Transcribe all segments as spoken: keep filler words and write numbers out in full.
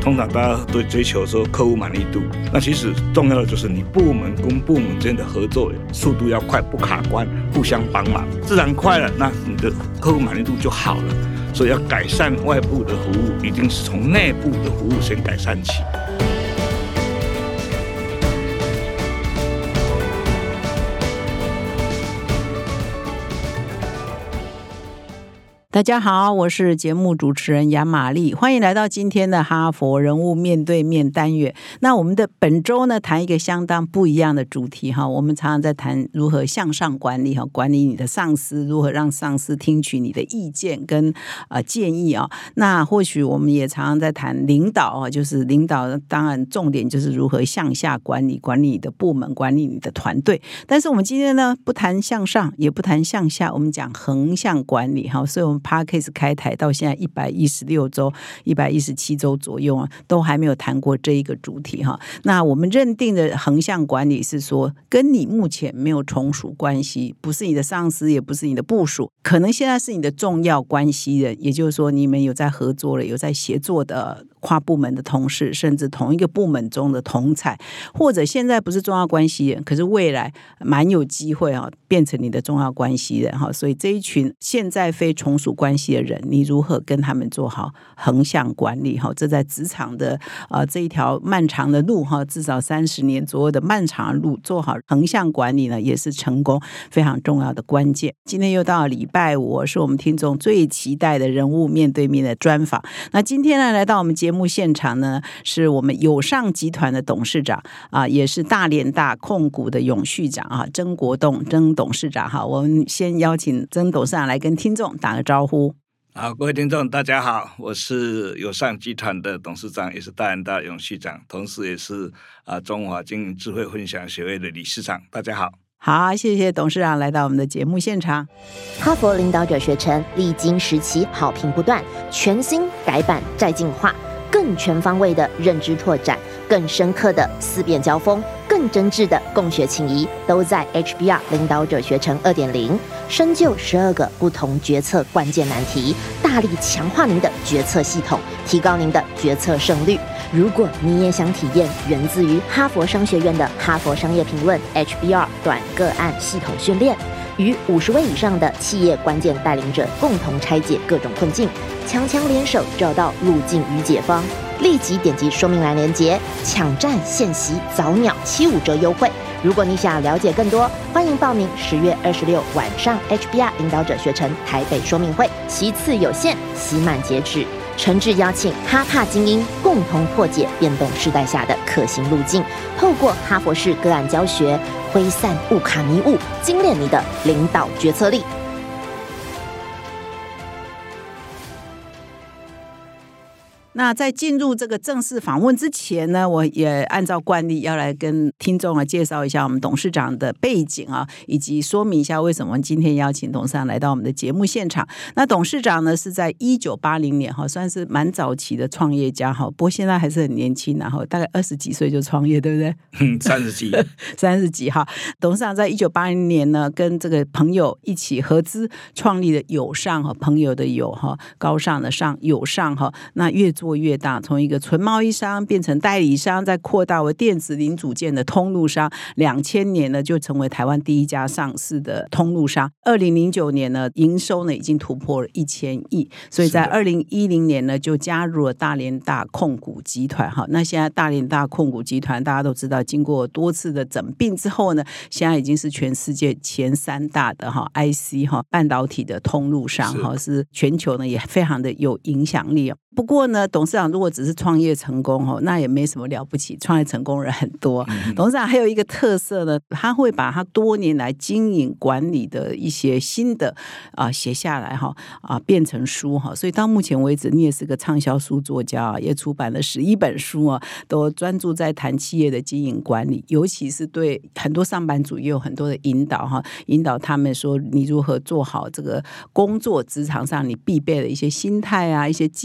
通常大家都追求说客户满意度，那其实重要的就是你部门跟部门之间的合作速度要快，不卡关，互相帮忙，自然快了，那你的客户满意度就好了。所以要改善外部的服务，一定是从内部的服务先改善起。 大家好，我是节目主持人杨玛丽，欢迎来到今天的哈佛人物面对面单元。那我们的本周呢，谈一个相当不一样的主题哈。我们常常在谈如何向上管理哈，管理你的上司，如何让上司听取你的意见跟呃建议啊。那或许我们也常常在谈领导啊，就是领导当然重点就是如何向下管理，管理你的部门，管理你的团队。但是我们今天呢，不谈向上，也不谈向下，我们讲横向管理哈。所以我们Podcast 开台到现在一百一十六周、一百一十七周左右啊，都还没有谈过这一个主题哈。那我们认定的横向管理是说，跟你目前没有从属关系，不是你的上司，也不是你的部属，可能现在是你的重要关系人，也就是说，你们有在合作了，有在协作的跨部门的同事，甚至同一个部门中的同才，或者现在不是重要关系人，可是未来蛮有机会啊，变成你的重要关系人哈。所以这一群现在非从属关系的人，你如何跟他们做好横向管理哈？这在职场的呃这一条漫长的路哈，至少三十年左右的漫长的路，做好横向管理呢，也是成功非常重要的关键。今天又到了礼拜五，是我们听众最期待的人物面对面的专访。那今天呢，来到我们节目现场呢，是我们友尚集团的董事长啊，也是大联大控股的永续长啊，曾国栋曾董事长哈。我们先邀请曾董事长来跟听众打个招呼。 好，各位听众大家好，我是友尚集团的董事长，也是大联大永续长，同时也是、呃、中华经营智慧分享协会的理事长。大家好。 好，谢谢董事长来到我们的节目现场。 哈佛领导者学程历经时期好评不断，全新改版再进化，更全方位的认知拓展，更深刻的思辨交锋，更真挚的共学情谊，都在 H B R 领导者学程 二点零， 深究十二个不同决策关键难题，大力强化您的决策系统，提高您的决策胜率。如果你也想体验源自于哈佛商学院的哈佛商业评论 H B R 短个案系统训练，与五十位以上的企业关键带领者共同拆解各种困境，强强联手找到路径与解方，立即点击说明栏连结，抢占现席早鸟七五折优惠。如果你想了解更多，欢迎报名十月二十六晚上 H B R 领导者学程台北说明会，席次有限，席满截止。诚挚邀请哈帕精英共同破解变动世代下的可行路径，透过哈佛式个案教学，挥散乌卡迷雾，精炼你的领导决策力。 那在进入这个正式访问之前呢，我也按照惯例要来跟听众来介绍一下我们董事长的背景啊，以及说明一下为什么今天邀请董事长来到我们的节目现场。那董事长呢是在一九八零年哈，算是蛮早期的创业家哈，不过现在还是很年轻，然后大概二十几岁就创业，对不对？ 嗯，三十几， 三十几哈。董事长在一九八零年呢，跟这个朋友一起合资创立了友尚哈，朋友的友哈，高尚的尚，友尚哈，那越做越大，从一个纯贸易商变成代理商，再扩大为电子零组件的通路商。两千年呢，就成为台湾第一家上市的通路商。二零零九年呢，营收呢已经突破了一千亿，所以在二零一零年呢，就加入了大联大控股集团哈。那现在大联大控股集团大家都知道，经过多次的整并之后呢，现在已经是全世界前三大的哈 I C 哈半导体的通路商哈，是全球呢也非常的有影响力。不过呢，董事长如果只是创业成功，那也没什么了不起，创业成功人很多。嗯、董事长还有一个特色呢，他会把他多年来经营管理的一些心得啊写下来哈啊变成书哈，所以到目前为止，你也是个畅销书作家，也出版了十一本书啊，都专注在谈企业的经营管理，尤其是对很多上班族也有很多的引导哈，引导他们说你如何做好这个工作职场上你必备的一些心态啊、一些技能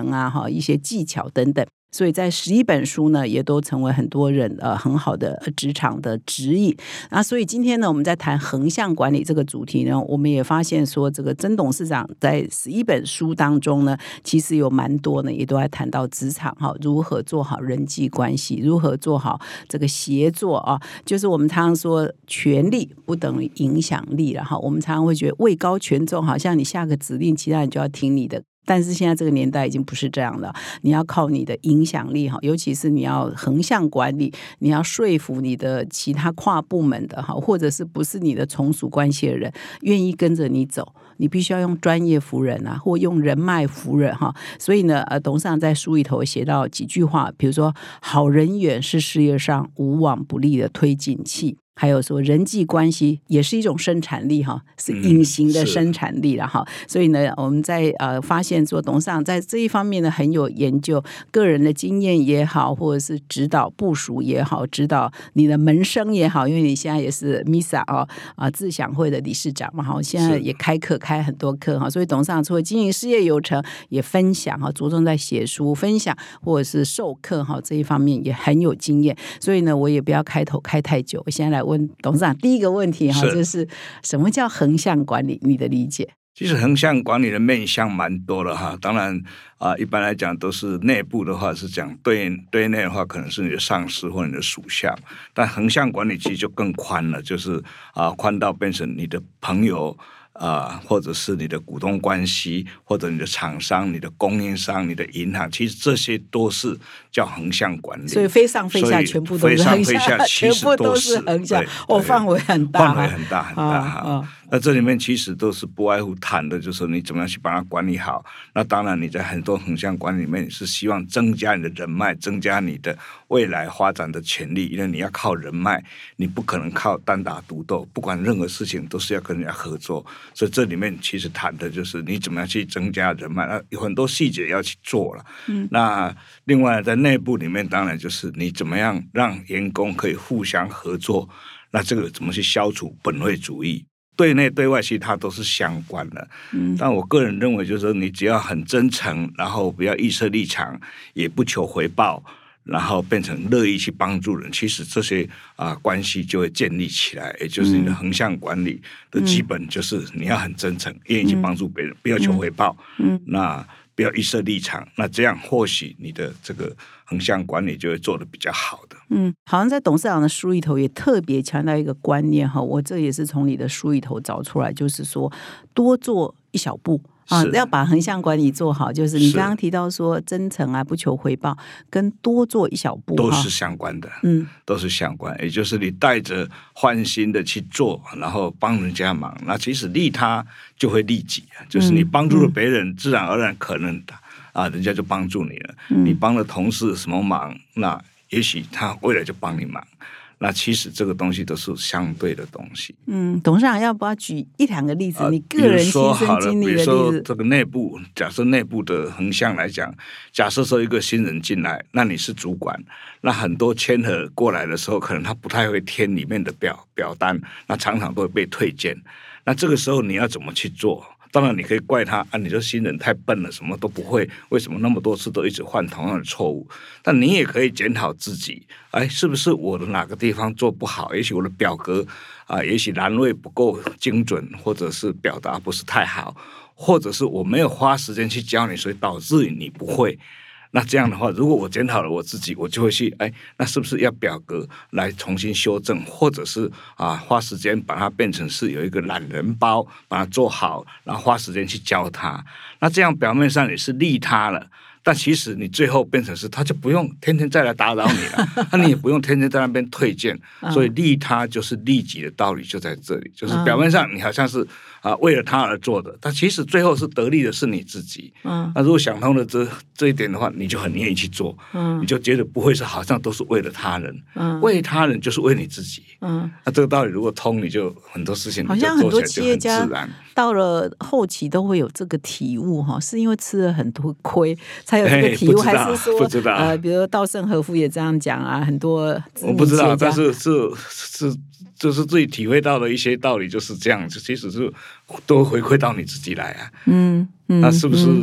程啊，哈，一些技巧等等。所以在十一本书呢，也都成为很多人呃很好的职场的指引。那所以今天呢，我们在谈横向管理这个主题呢，我们也发现说，这个曾董事长在十一本书当中呢，其实有蛮多呢，也都在谈到职场哈，如何做好人际关系，如何做好这个协作啊。就是我们常常说，权力不等于影响力了哈。我们常常会觉得位高权重，好像你下个指令，其他人就要听你的。但是现在这个年代已经不是这样了，你要靠你的影响力，尤其是你要横向管理，你要说服你的其他跨部门的，或者是不是你的从属关系的人愿意跟着你走，你必须要用专业服人啊，或用人脉服人哈。所以呢，呃，董事长在书里头写到几句话，比如说好人缘是事业上无往不利的推进器。还有说人际关系也是一种生产力哈，是隐形的生产力了哈、嗯。所以呢，我们在呃发现说董事长在这一方面呢很有研究，个人的经验也好，或者是指导部署也好，指导你的门生也好，因为你现在也是 M I S A 啊啊自享会的理事长嘛哈，现在也开课开很多课哈，所以董事长除了经营事业有成，也分享哈，着重在写书分享或者是授课哈这一方面也很有经验。所以呢，我也不要开头开太久，我现在来问董事长第一个问题哈，就是什么叫横向管理？你的理解？ 其实横向管理的面向蛮多的哈，当然啊、呃，一般来讲都是内部的话是讲对对内的话，可能是你的上司或你的属下，但横向管理其实就更宽了，就是啊、呃、宽到变成你的朋友。啊、呃，或者是你的股东关系，或者你的厂商、你的供应商、你的银行，其实这些都是叫横向管理。 所以飞上飞下全部都是横向， 飞上飞下其实都是横向，哦，范围很大， 范围很大很大哈。啊啊那这里面其实都是不外乎谈的，就是你怎么样去把它管理好。那当然，你在很多横向管理里面，你是希望增加你的人脉，增加你的未来发展的潜力，因为你要靠人脉，你不可能靠单打独斗，不管任何事情都是要跟人家合作。所以这里面其实谈的就是你怎么样去增加人脉，那有很多细节要去做了。嗯，那另外在内部里面，当然就是你怎么样让员工可以互相合作，那这个怎么去消除本位主义？对内对外其实它都是相关的，嗯，但我个人认为就是说你只要很真诚，然后不要预设立场，也不求回报，然后变成乐意去帮助人，其实这些啊、呃、关系就会建立起来，也就是你的横向管理的基本就是你要很真诚，愿意去帮助别人，不要求回报，嗯，那不要预设立场，那这样或许你的这个横向管理就会做得比较好的。 嗯，好像在董事长的书里头也特别强调一个观念哈，我这也是从你的书里头找出来，就是说多做一小步啊，要把横向管理做好，就是你刚刚提到说真诚啊，不求回报，跟多做一小步都是相关的，嗯，都是相关。也就是你带着欢心的去做，然后帮人家忙，那其实利他就会利己，就是你帮助了别人，嗯、自然而然可能啊，人家就帮助你了。嗯、你帮了同事什么忙，那也许他未来就帮你忙。那其实这个东西都是相对的东西。 嗯，董事长要不要举一两个例子？你个人亲身经历的例子。 比如说这个内部，假设内部的横向来讲，假设说一个新人进来，那你是主管，那很多签合过来的时候，可能他不太会填里面的表表单，那常常都会被退件。那这个时候你要怎么去做？当然你可以怪他啊，你这新人太笨了，什么都不会，为什么那么多次都一直犯同样的错误？但你也可以检讨自己，哎，是不是我的哪个地方做不好？也许我的表格啊，也许栏位不够精准，或者是表达不是太好，或者是我没有花时间去教你，所以导致你不会。那这样的话，如果我检讨了我自己，我就会去哎，那是不是要表格来重新修正，或者是啊花时间把它变成是有一个懒人包，把它做好，然后花时间去教他。那这样表面上也是利他了，但其实你最后变成是他就不用天天再来打扰你了，那你也不用天天在那边退件，所以利他就是利己的道理就在这里，就是表面上你好像是啊为了他而做的，但其实最后是得利的是你自己。嗯，那如果想通了这这一点的话，你就很愿意去做，嗯，你就觉得不会是好像都是为了他人，嗯，为他人就是为你自己，嗯，那这个道理如果通，你就很多事情好像很多企业家到了后期都会有这个体悟哈，是因为吃了很多亏才有这个体悟，还是说不知道呃，比如稻盛和夫也这样讲啊，很多我不知道，但是是是就是自己体会到的一些道理就是这样，其实是都回馈到你自己来啊，嗯，嗯那是不是？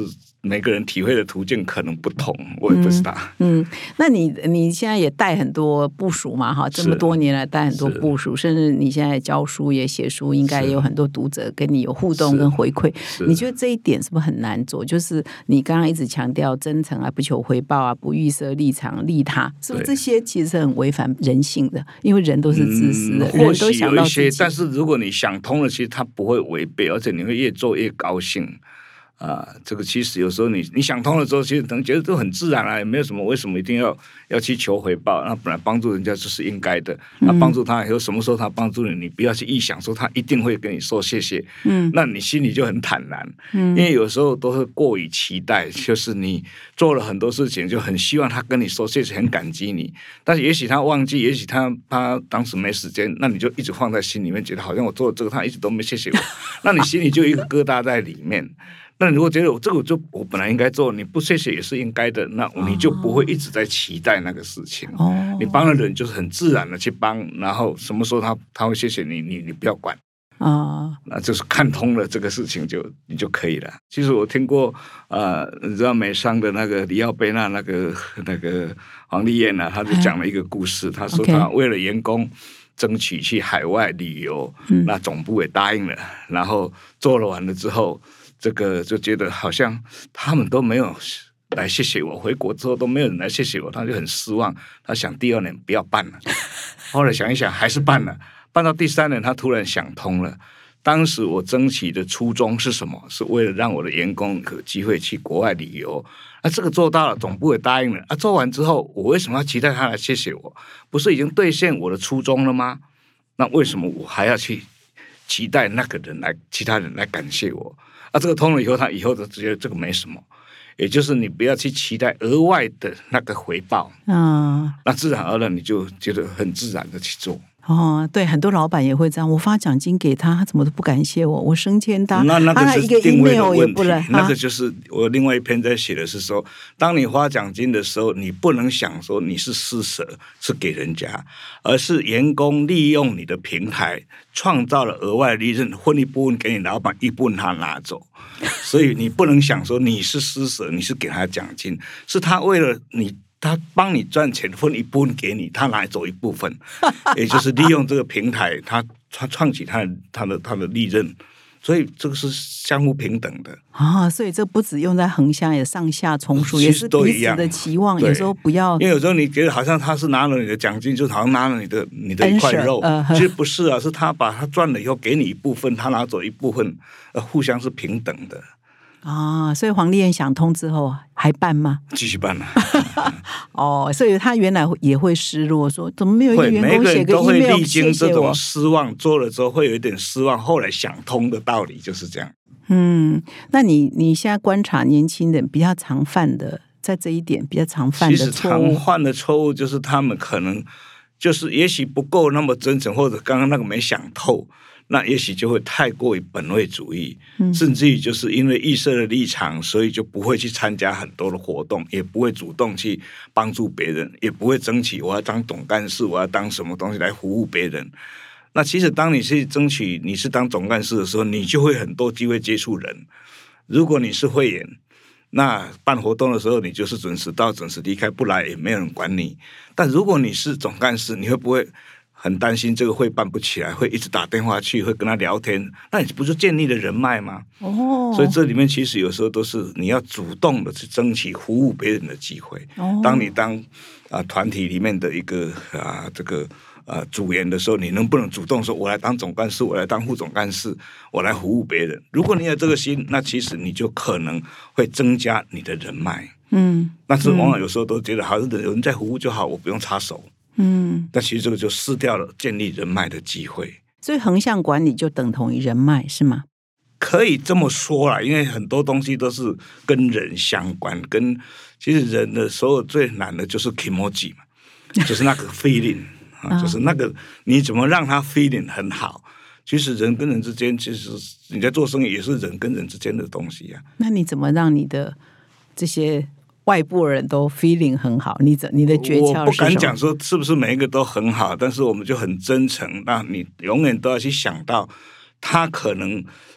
每个人体会的途径可能不同，我也不知道。 嗯，嗯那你你现在也带很多部属嘛，哈，这么多年来带很多部属，甚至你现在教书也写书，应该也有很多读者跟你有互动跟回馈。你觉得这一点是不是很难做？就是你刚刚一直强调真诚啊，不求回报啊，不预设立场利他，是不是这些其实是很违反人性的？因为人都是自私的， 嗯、 人都想到自己。 有一些，但是如果你想通了，其实他不会违背，而且你会越做越高兴。啊，这个其实有时候你你想通了之后，其实能觉得都很自然啊，也没有什么为什么一定要要去求回报。那本来帮助人家就是应该的，那帮助他以后什么时候他帮助你，你不要去臆想说他一定会跟你说谢谢，嗯，那你心里就很坦然，嗯，因为有时候都是过于期待，就是你做了很多事情，就很希望他跟你说谢谢，很感激你，但是也许他忘记，也许他他当时没时间，那你就一直放在心里面，觉得好像我做了这个，他一直都没谢谢我，那你心里就有一个疙瘩在里面。那你如果觉得我这个我就我本来应该做，你不谢谢也是应该的，那你就不会一直在期待那个事情。哦，你帮了人就是很自然的去帮，然后什么时候他他会谢谢你，你你不要管啊，哦，那就是看通了这个事情就你就可以了。其实我听过呃，你知道美商的那个里奥贝纳那个那个黄丽燕啊，他就讲了一个故事，他说他为了员工争取去海外旅游，嗯，那总部也答应了，然后做了完了之后。这个就觉得好像他们都没有来谢谢我，回国之后都没有人来谢谢我，他就很失望。他想第二年不要办了，后来想一想还是办了。办到第三年，他突然想通了。当时我争取的初衷是什么？是为了让我的员工有机会去国外旅游。那这个做到了，总部也答应了。啊，做完之后，我为什么要期待他来谢谢我？不是已经兑现我的初衷了吗？那为什么我还要去期待那个人来，其他人来感谢我？啊，这个通了以后，他以后就觉得这个没什么，也就是你不要去期待额外的那个回报，嗯，那自然而然你就觉得很自然的去做。 哦，对，很多老板也会这样，我发奖金给他，他怎么都不感谢我，我升迁他， 那那个是定位的问题， 啊， 那个就是我另外一篇在写的是说，当你发奖金的时候，你不能想说你是施舍是给人家，而是员工利用你的平台创造了额外的利润，分一部分给你老板，一部分他拿走，所以你不能想说你是施舍，你是给他奖金，是他为了你。他帮你赚钱，分一部分给你，他拿走一部分，也就是利用这个平台，他他创起他的他的他的利润，所以这个是相互平等的啊。所以这不只用在横向，也上下从属，也是彼此的期望。有时候不要， 因为有时候你觉得好像他是拿了你的奖金，就好像拿了你的你的一块肉，呃、其实不是啊，是他把他赚了以后给你一部分，他拿走一部分，呃，互相是平等的。 啊，所以黄丽燕想通之后还办吗？ 继续办了。 哦，所以他原来也会失落，说怎么没有一个员工写个 email 每个人都会历经这种失望，做了之后会有一点失望，后来想通的道理就是这样。 嗯，那你你现在观察年轻人比较常犯的，在这一点比较常犯的错误， 其实常犯的错误就是他们可能就是也许不够那么真诚，或者刚刚那个没想透。那也许就会太过于本位主义，嗯，甚至于就是因为预设的立场，所以就不会去参加很多的活动，也不会主动去帮助别人，也不会争取我要当总干事，我要当什么东西来服务别人。那其实当你去争取你是当总干事的时候，你就会很多机会接触人。如果你是会员，那办活动的时候你就是准时到准时离开，不来也没有人管你。但如果你是总干事，你会不会很担心这个会办不起来，会一直打电话去，会跟他聊天，那你不是建立了人脉吗？哦，所以这里面其实有时候都是你要主动的去争取服务别人的机会。哦，当你当啊团体里面的一个啊这个啊组员的时候，你能不能主动说，我来当总干事，我来当副总干事，我来服务别人？如果你有这个心，那其实你就可能会增加你的人脉。嗯，但是往往有时候都觉得，好像有人在服务就好，我不用插手。嗯，但其实这个就失掉了建立人脉的机会。 所以横向管理就等同于人脉，是吗？ 可以这么说啦，因为很多东西都是跟人相关，跟其实人的所有最难的就是 kimoji 嘛，就是那个 feeling 啊，就是那个你怎么让他 feeling 很好。其实人跟人之间，其实你在做生意也是人跟人之间的东西啊。 那你怎么让你的这些外部人都 feeling 很好？你你的诀窍是什么？ 我不敢讲说是不是每一个都很好，但是我们就很真诚。那你永远都要去想到，他可能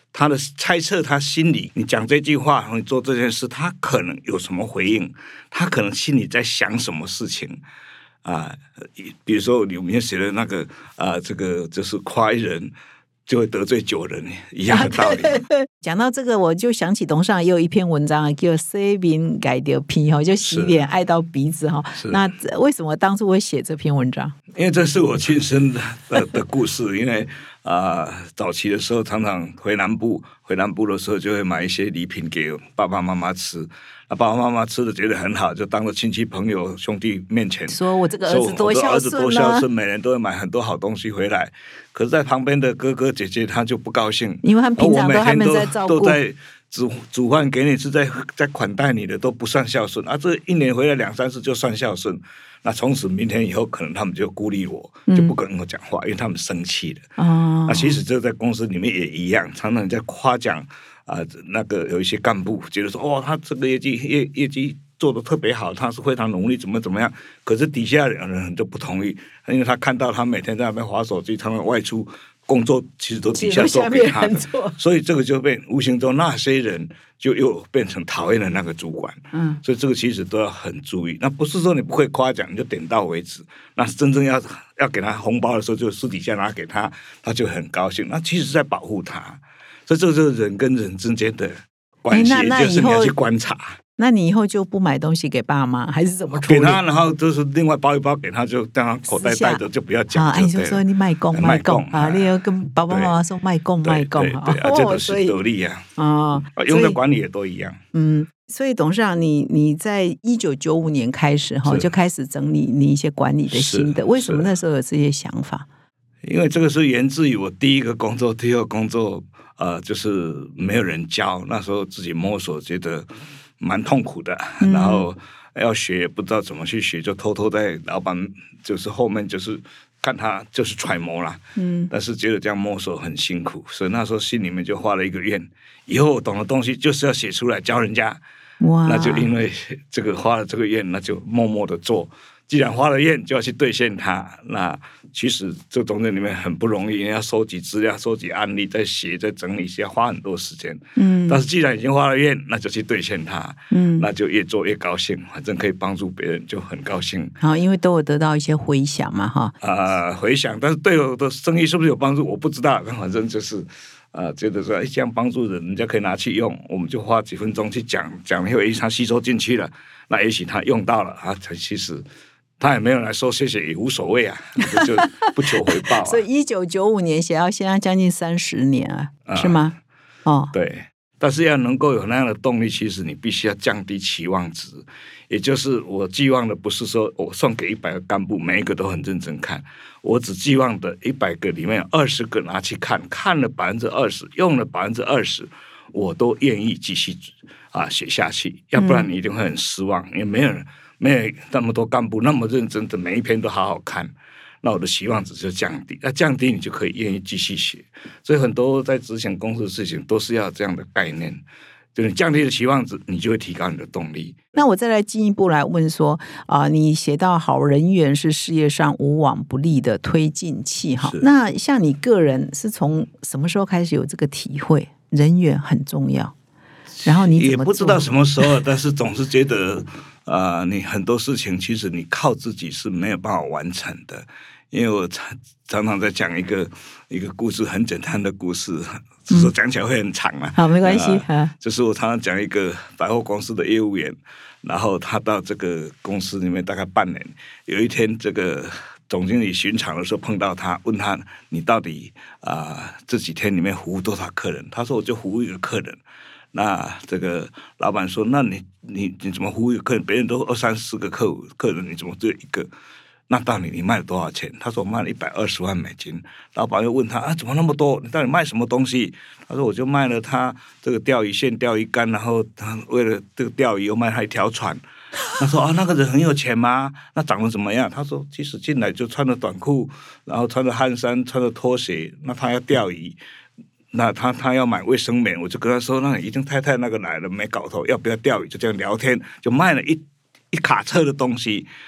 他的猜测，他心里你讲这句话，你做这件事，他可能有什么回应，他可能心里在想什么事情啊？比如说里面写的那个啊，这个就是夸一人就会得罪九人一样的道理。 讲到这个，我就想起董事长也有一篇文章叫《洗面改掉皮》哈，就洗脸爱到鼻子哈。那为什么当初会写这篇文章？ 因为这是我亲身的 的, 的故事。因为啊、呃，早期的时候常常回南部，回南部的时候就会买一些礼品给爸爸妈妈吃。那爸爸妈妈吃的觉得很好，就当着亲戚朋友兄弟面前说我这个儿子多孝顺、啊、 儿子多孝顺，每人都会买很多好东西回来。可是在旁边的哥哥姐姐他就不高兴， 因为他们平常都他们在照顾， 都在煮煮饭给你，是在在款待你的，都不算孝顺啊！这一年回来两三次就算孝顺，那从此明天以后可能他们就孤立我，就不跟我讲话，嗯、因为他们生气了。哦，那其实这在公司里面也一样，常常在夸奖啊、呃，那个有一些干部觉得说，哦，他这个业绩业业绩做得特别好，他是非常努力，怎么怎么样。可是底下两人就不同意，因为他看到他每天在那边滑手机，他们外出工作其实都底下做给他的，所以这个就变无形中那些人就又变成讨厌的那个主管。嗯，所以这个其实都要很注意。那不是说你不会夸奖，你就点到为止。那真正要要给他红包的时候，就私底下拿给他，他就很高兴。那其实是在保护他。所以这个就是人跟人之间的关系，就是你要去观察。 那你以后就不买东西给爸妈，还是怎么处理？ 给他，然后就是另外包一包给他，就让他口袋带着，就不要讲。 啊，你就说你卖供卖供啊，你要跟爸爸妈妈说卖供卖供啊， 这个是得力啊。啊，用的管理也都一样。 嗯，所以董事长，你你在一九九五年开始哈，就开始整理你一些管理的心得。为什么那时候有这些想法？ 因为这个是源自于我第一个工作，第二个工作，呃，就是没有人教，那时候自己摸索，觉得蛮痛苦的，嗯、然后要学不知道怎么去学，就偷偷在老板就是后面就是看他就是揣摩啦，嗯，但是觉得这样摸索很辛苦，所以那时候心里面就画了一个愿，以后我懂的东西就是要写出来教人家。哇！那就因为这个画了这个愿，那就默默的做。既然发了愿，就要去兑现它。那其实这中间里面很不容易，因为要收集资料、收集案例、再写、再整理，要花很多时间。嗯。但是既然已经发了愿，那就去兑现它。嗯。那就越做越高兴，反正可以帮助别人，就很高兴。 好，因为都有得到一些回响嘛，哈。 啊、呃，回响，但是对我的生意是不是有帮助，我不知道。但反正就是。啊、呃，觉得说这样帮助人，人家可以拿去用，我们就花几分钟去讲，讲了以后，诶，他吸收进去了，那也许他用到了啊，其实他也没有来说谢谢，也无所谓啊，就不求回报、啊。 所以一九九五年写到现在将近三十年啊，是吗？哦， 对。但是要能够有那样的动力，其实你必须要降低期望值，也就是我寄望的不是说我送给一百个干部，每一个都很认真看，我只寄望的一百个里面有二十个拿去看，看了百分之二十，用了百分之二十，我都愿意继续啊写下去，要不然你一定会很失望，因为没有人没有那么多干部那么认真的每一篇都好好看。那我的期望值就降低，那降低你就可以愿意继续写。所以很多在执行公司的事情都是要这样的概念，就你降低了期望值，你就会提高你的动力。 那我再来进一步来问说，啊、呃，你写到好人缘是事业上无往不利的推进器哈。那像你个人是从什么时候开始有这个体会，人缘很重要？然后你怎么做？ 也不知道什么时候，但是总是觉得。啊、呃，你很多事情其实你靠自己是没有办法完成的，因为我常常常在讲一个一个故事，很简单的故事，只是说讲起来会很长啊。 好，没关系。 呃、就是我常常讲一个百货公司的业务员，然后他到这个公司里面大概半年，有一天这个总经理巡场的时候碰到他，问他你到底啊、呃、这几天里面服务多少客人？他说我就服务一个客人。那这个老板说，那你你你怎么服务一个客人？别人都二三十个客户客人，你怎么只有一个？那到底你卖了多少钱？他说我卖了一百二十万美金。老板又问他啊，怎么那么多？你到底卖什么东西？他说我就卖了他这个钓鱼线、钓鱼竿，然后他为了这个钓鱼又卖他一条船。他说啊，那个人很有钱吗？那长得怎么样？他说其实进来就穿着短裤，然后穿着汗衫，穿着拖鞋，那他要钓鱼。那他他要买卫生棉，我就跟他说，那已经太太那个来了，没搞头，要不要钓鱼？就这样聊天，就卖了一一卡车的东西。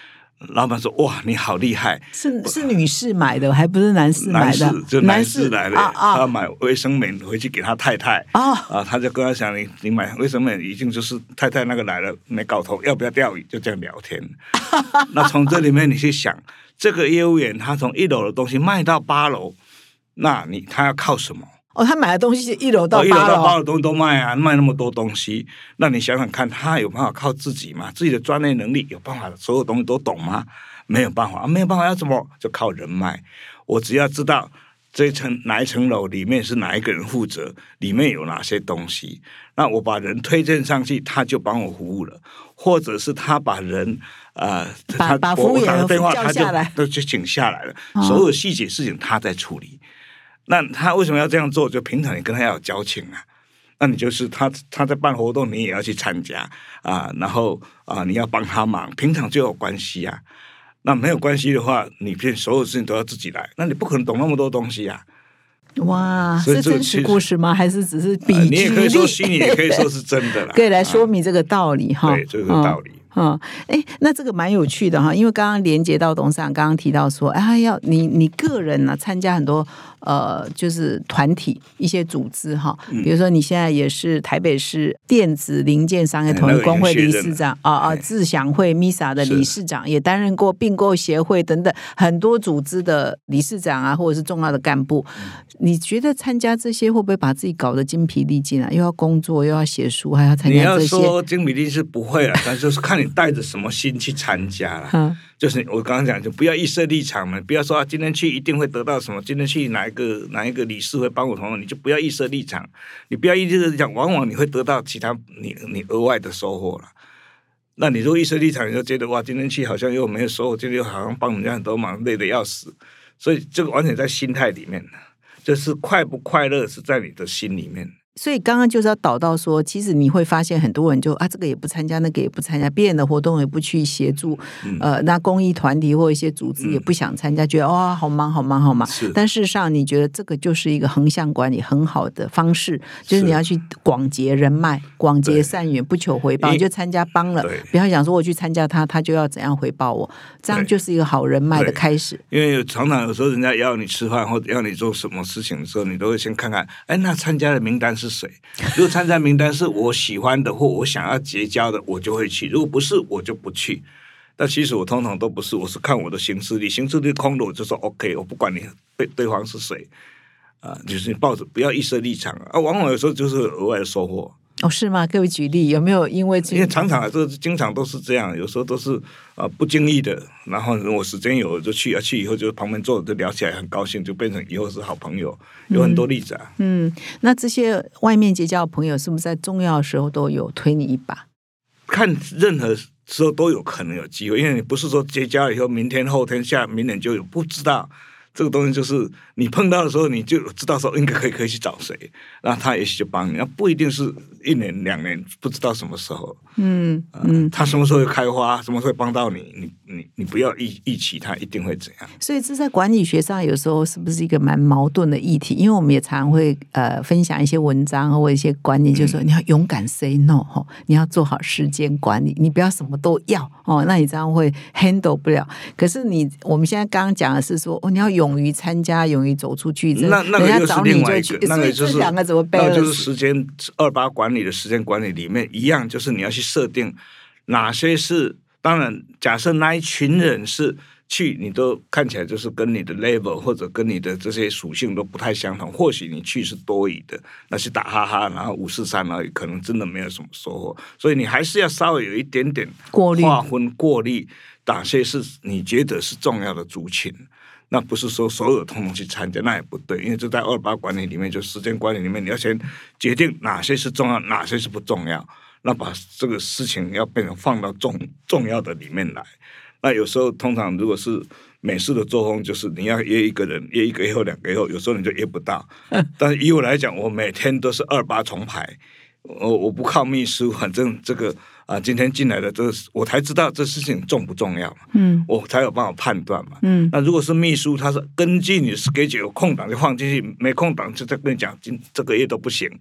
老板说哇你好厉害， 是是女士买的还不是男士买的？ 男士就男士来的， 啊啊、 他买卫生棉回去给他太太啊、啊，他就跟他讲你你买卫生棉已经就是太太那个来了没搞头，要不要钓鱼，就这样聊天。那从这里面你去想，这个业务员他从一楼的东西卖到八楼，那你他要靠什么？ 哦，他买的东西一楼到八楼， 哦、一楼到八楼东西都卖啊，卖那么多东西，那你想想看，他有办法靠自己吗？自己的专业能力有办法所有东西都懂吗？没有办法、啊、没有办法，要怎么？就靠人脉。我只要知道这一层哪一层楼里面是哪一个人负责，里面有哪些东西，那我把人推荐上去，他就帮我服务了，或者是他把人呃， 把把服务员的电话叫下来， 他就就请下来了，哦、所有细节事情他在处理。那他为什么要这样做？就平常你跟他要有交情啊，那你就是他他在办活动，你也要去参加啊，然后啊你要帮他忙，平常就有关系啊。那没有关系的话，你变所有事情都要自己来，那你不可能懂那么多东西啊。 哇，是真实故事吗？还是只是比、呃、 你也可以说虚拟，也可以说是真的啦。 可以来说明这个道理哈、 啊。对，这个道理。 嗯，哎，那这个蛮有趣的哈，因为刚刚连接到董事长刚刚提到说，哎，要你你个人呢、啊、参加很多呃，就是团体一些组织哈，比如说你现在也是台北市电子零件商业统一工会理事长啊啊，自享会 M I S A 的理事长，也担任过并购协会等等很多组织的理事长啊，或者是重要的干部。你觉得参加这些会不会把自己搞得精疲力尽啊？又要工作，又要写书，还要参加这些？ 你要说精疲力尽是不会了，但就是看你带着什么心去参加了。嗯，就是我刚刚讲，就不要预设立场嘛，不要说啊，今天去一定会得到什么，今天去哪一个哪一个理事会帮我什么，你就不要预设立场。你不要预设立场，往往你会得到其他你你额外的收获了。那你如果预设立场，你就觉得哇，今天去好像又没有收获，今天又好像帮人家很多忙，累得要死。所以这个完全在心态里面，就是快不快乐是在你的心里面。 所以刚刚就是要导到说，其实你会发现很多人就啊，这个也不参加，那个也不参加，别人的活动也不去协助，嗯、呃，那公益团体或一些组织也不想参加，嗯、觉得哇、哦，好忙好忙好忙。但事实上，你觉得这个就是一个横向管理很好的方式，就是你要去广结人脉、广结善缘，不求回报，你就参加帮了，不要想说我去参加他，他就要怎样回报我，这样就是一个好人脉的开始。 因为常常有时候人家要你吃饭或者要你做什么事情的时候，你都会先看看，哎，那参加的名单是谁？如果参加名单是我喜欢的或我想要结交的，我就会去；如果不是，我就不去。但其实我通常都不是，我是看我的行事历，行事历空的我就说 OK， 我不管你对对方是谁啊、呃，就是你抱着不要预设立场啊，往往有时候就是额外的收获。 哦，是吗？各位举例，有没有因为因为常常这经常都是这样，有时候都是啊、呃、不经意的，然后我时间有就去啊，去以后就旁边坐着就聊起来很高兴，就变成以后是好朋友，有很多例子啊。 嗯，嗯那这些外面结交的朋友是不是在重要的时候都有推你一把？ 看任何时候都有可能有机会，因为你不是说结交以后明天后天下明年就有，不知道。这个东西就是你碰到的时候，你就知道说应该可以可以去找谁，然后他也许就帮你，那不一定是一年两年，不知道什么时候，嗯嗯、呃，他什么时候会开花，什么时候会帮到你，你你你不要预预期他一定会怎样。 所以这在管理学上有时候是不是一个蛮矛盾的议题？因为我们也常会呃分享一些文章或一些观念，就是说你要勇敢 say no 哦，你要做好时间管理，你不要什么都要哦，那你这样会 handle 不了。可是你我们现在刚刚讲的是说，哦，你要勇于参加，勇于走出去， 那那个又是另外一个，那个就是两个怎么 balance？ 那个就是时间二八管理的时间管理里面一样，就是你要去设定哪些是，当然假设那一群人是去，你都看起来就是跟你的 level 或者跟你的这些属性都不太相同，或许你去是多余的，那是打哈哈，然后五四三而已，可能真的没有什么收获，所以你还是要稍微有一点点过滤划分过滤，哪些是你觉得是重要的族群。那不是说所有通通去参加，那也不对，因为这在二八管理里面，就时间管理里面，你要先决定哪些是重要，哪些是不重要，那把这个事情要变成放到重重要的里面来。那有时候通常如果是美式的作风，就是你要约一个人，约一个月后两个月后，有时候你就约不到。但是以我来讲，我每天都是二八重排，我我不靠秘书，反正这个。啊，今天进来的这个，我才知道这事情重不重要嘛，嗯，我才有办法判断嘛，嗯。那如果是秘书，他是根据你的 schedule 有空档就放进去，没空档就再跟你讲，今这个月都不行。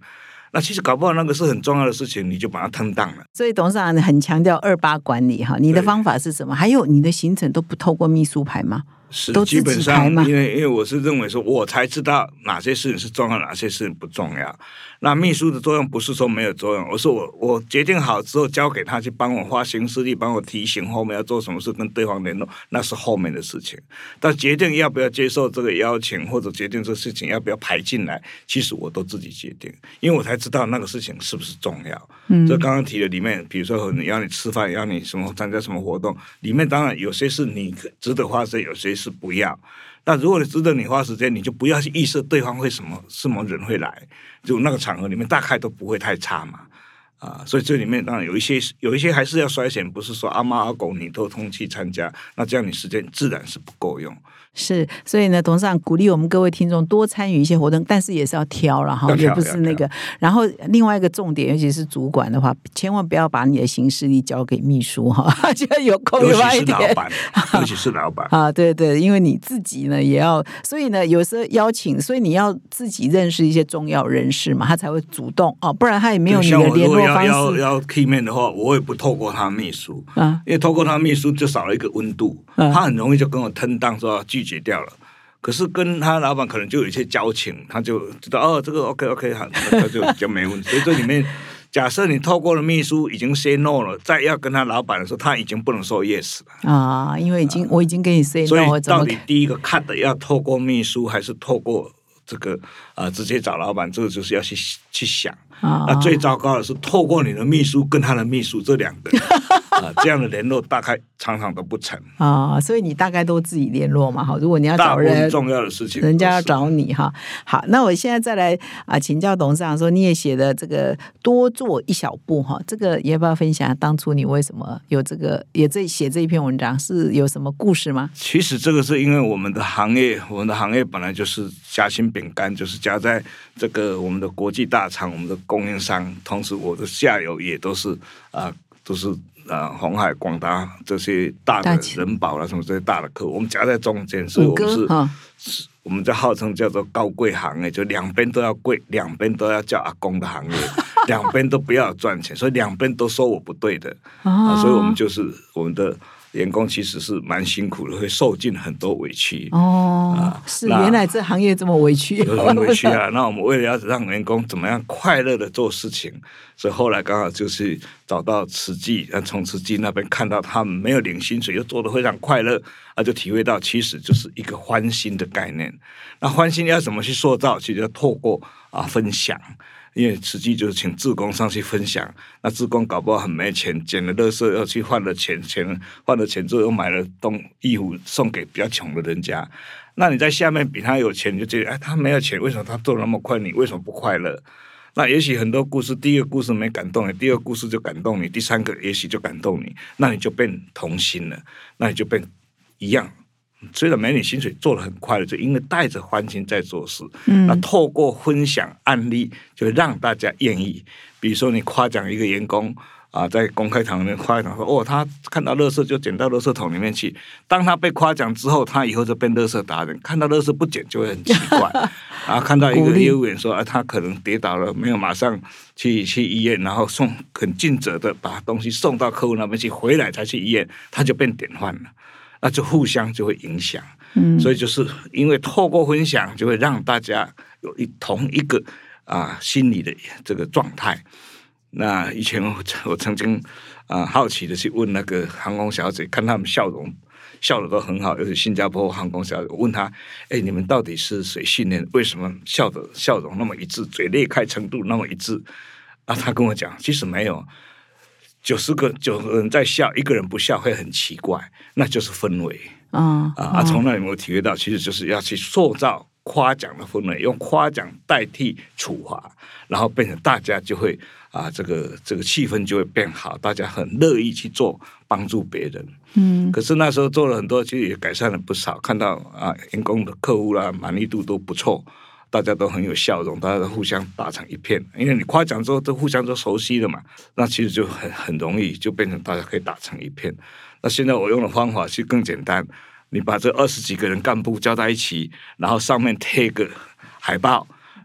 那其实搞不好那个是很重要的事情，你就把它吞当了。 所以董事长很强调二八管理哈，你的方法是什么？还有你的行程都不透过秘书排吗？ 是都自己排吗？ 基本上，因为因为我是认为说，我才知道哪些事情是重要，哪些事情不重要。那秘书的作用不是说没有作用，而是我我决定好之后交给他去帮我花行事力，帮我提醒后面要做什么事，跟对方联络，那是后面的事情。但决定要不要接受这个邀请，或者决定这个事情要不要排进来，其实我都自己决定，因为我才知道那个事情是不是重要。嗯，所以刚刚提的里面，比如说你要你吃饭，要你什么参加什么活动，里面当然有些是你值得花时间，有些是不要。那如果你值得你花时间，你就不要去预设对方会什么什么人会来，就那个场合里面大概都不会太差嘛，啊，所以这里面当然有一些有一些还是要筛选，不是说阿猫阿狗你都通去参加，那这样你时间自然是不够用。 是，所以呢，董事长鼓励我们各位听众多参与一些活动，但是也是要挑了哈，也不是那个。然后另外一个重点，尤其是主管的话，千万不要把你的行事力交给秘书哈，就有空尤其是老板，尤其是老板啊，对对，因为你自己呢也要，所以呢有时候邀请，所以你要自己认识一些重要人士嘛，他才会主动哦，不然他也没有你的联络方式。 要要要 key man 的话，我也不透过他秘书啊，因为透过他秘书就少了一个温度，啊、他很容易就跟我吞当说拒绝掉了。可是跟他老板可能就有一些交情，他就知道哦，这个 OK OK 好，他就就没问题。所以这里面，假设你透过了秘书已经 say no 了，再要跟他老板的时候，他已经不能说 yes 了啊，因为已经、啊、我已经跟你 say no， 所以到底第一个 cut 要透过秘书还是透过这个啊、呃、直接找老板，这个就是要去去想。啊、那最糟糕的是透过你的秘书跟他的秘书这两个啊、这样的联络大概常常都不成啊，所以你大概都自己联络嘛。好，如果你要找人， 大部分重要的事情， 人家要找你哈。好，那我现在再来啊，请教董事长说，你也写的这个多做一小步哈，这个也要不要分享？当初你为什么有这个也这写这一篇文章，是有什么故事吗？ 其实这个是因为我们的行业，我们的行业本来就是夹心饼干，就是夹在这个我们的国际大厂，我们的供应商，同时我的下游也都是啊、呃，都是啊、呃，鸿海、广达这些大的人保啦，什么这些大的客户，我们夹在中间，所以我们是，哦、是我们在号称叫做高贵行业，就两边都要贵，两边都要叫阿公的行业，两边都不要赚钱，所以两边都说我不对的，哦呃、所以我们就是我们的员工其实是蛮辛苦的，会受尽很多委屈哦、呃。是原来这行业这么委屈， 很委屈啊！那我们为了要让员工怎么样快乐的做事情，所以后来刚好就是找到慈济，从慈济那边看到他们没有领薪水，又做得非常快乐，啊，就体会到其实就是一个欢心的概念。那欢心要怎么去塑造？其实要透过啊分享。因为实际就是请志工上去分享，那志工搞不好很没钱，捡了垃圾要去换了钱，钱换了钱之后又买了东衣服送给比较穷的人家。那你在下面比他有钱，你就觉得哎，他没有钱，为什么他做那么快？你为什么不快乐？那也许很多故事，第一个故事没感动你，第二个故事就感动你，第三个也许就感动你，那你就变同心了，那你就变一样。虽然没你薪水做得很快乐，就因为带着欢心在做事。嗯，那透过分享案例，就让大家愿意。比如说你夸奖一个员工啊，在公开场里面夸奖说，哦，他看到垃圾就捡到垃圾桶里面去。当他被夸奖之后，他以后就变垃圾达人。看到垃圾不捡就会很奇怪。然后看到一个业务员说，啊，他可能跌倒了，没有马上去去医院，然后送很尽责的把东西送到客户那边去，回来才去医院，他就变典范了。那就互相就会影响，嗯，所以就是因为透过分享，就会让大家有一同一个啊心理的这个状态。那以前我我曾经啊好奇的去问那个航空小姐，看他们笑容笑的都很好，尤其新加坡航空小姐，我问她，哎，你们到底是谁训练？为什么笑的笑容那么一致，嘴裂开程度那么一致？啊，她跟我讲，其实没有。九十个九个人在笑，一个人不笑会很奇怪，那就是氛围。嗯、啊啊！从那里有没有体会到，其实就是要去塑造夸奖的氛围，用夸奖代替处罚，然后变成大家就会啊，这个这个气氛就会变好，大家很乐意去做帮助别人。嗯，可是那时候做了很多，其实也改善了不少，看到啊，员工的客户啦满意度都不错。大家都很有笑容，大家都互相打成一片，因为你夸奖之后都互相都熟悉了嘛，那其实就很很容易就变成大家可以打成一片。那现在我用的方法是更简单，你把这二十几个人干部叫在一起，然后上面贴个海报，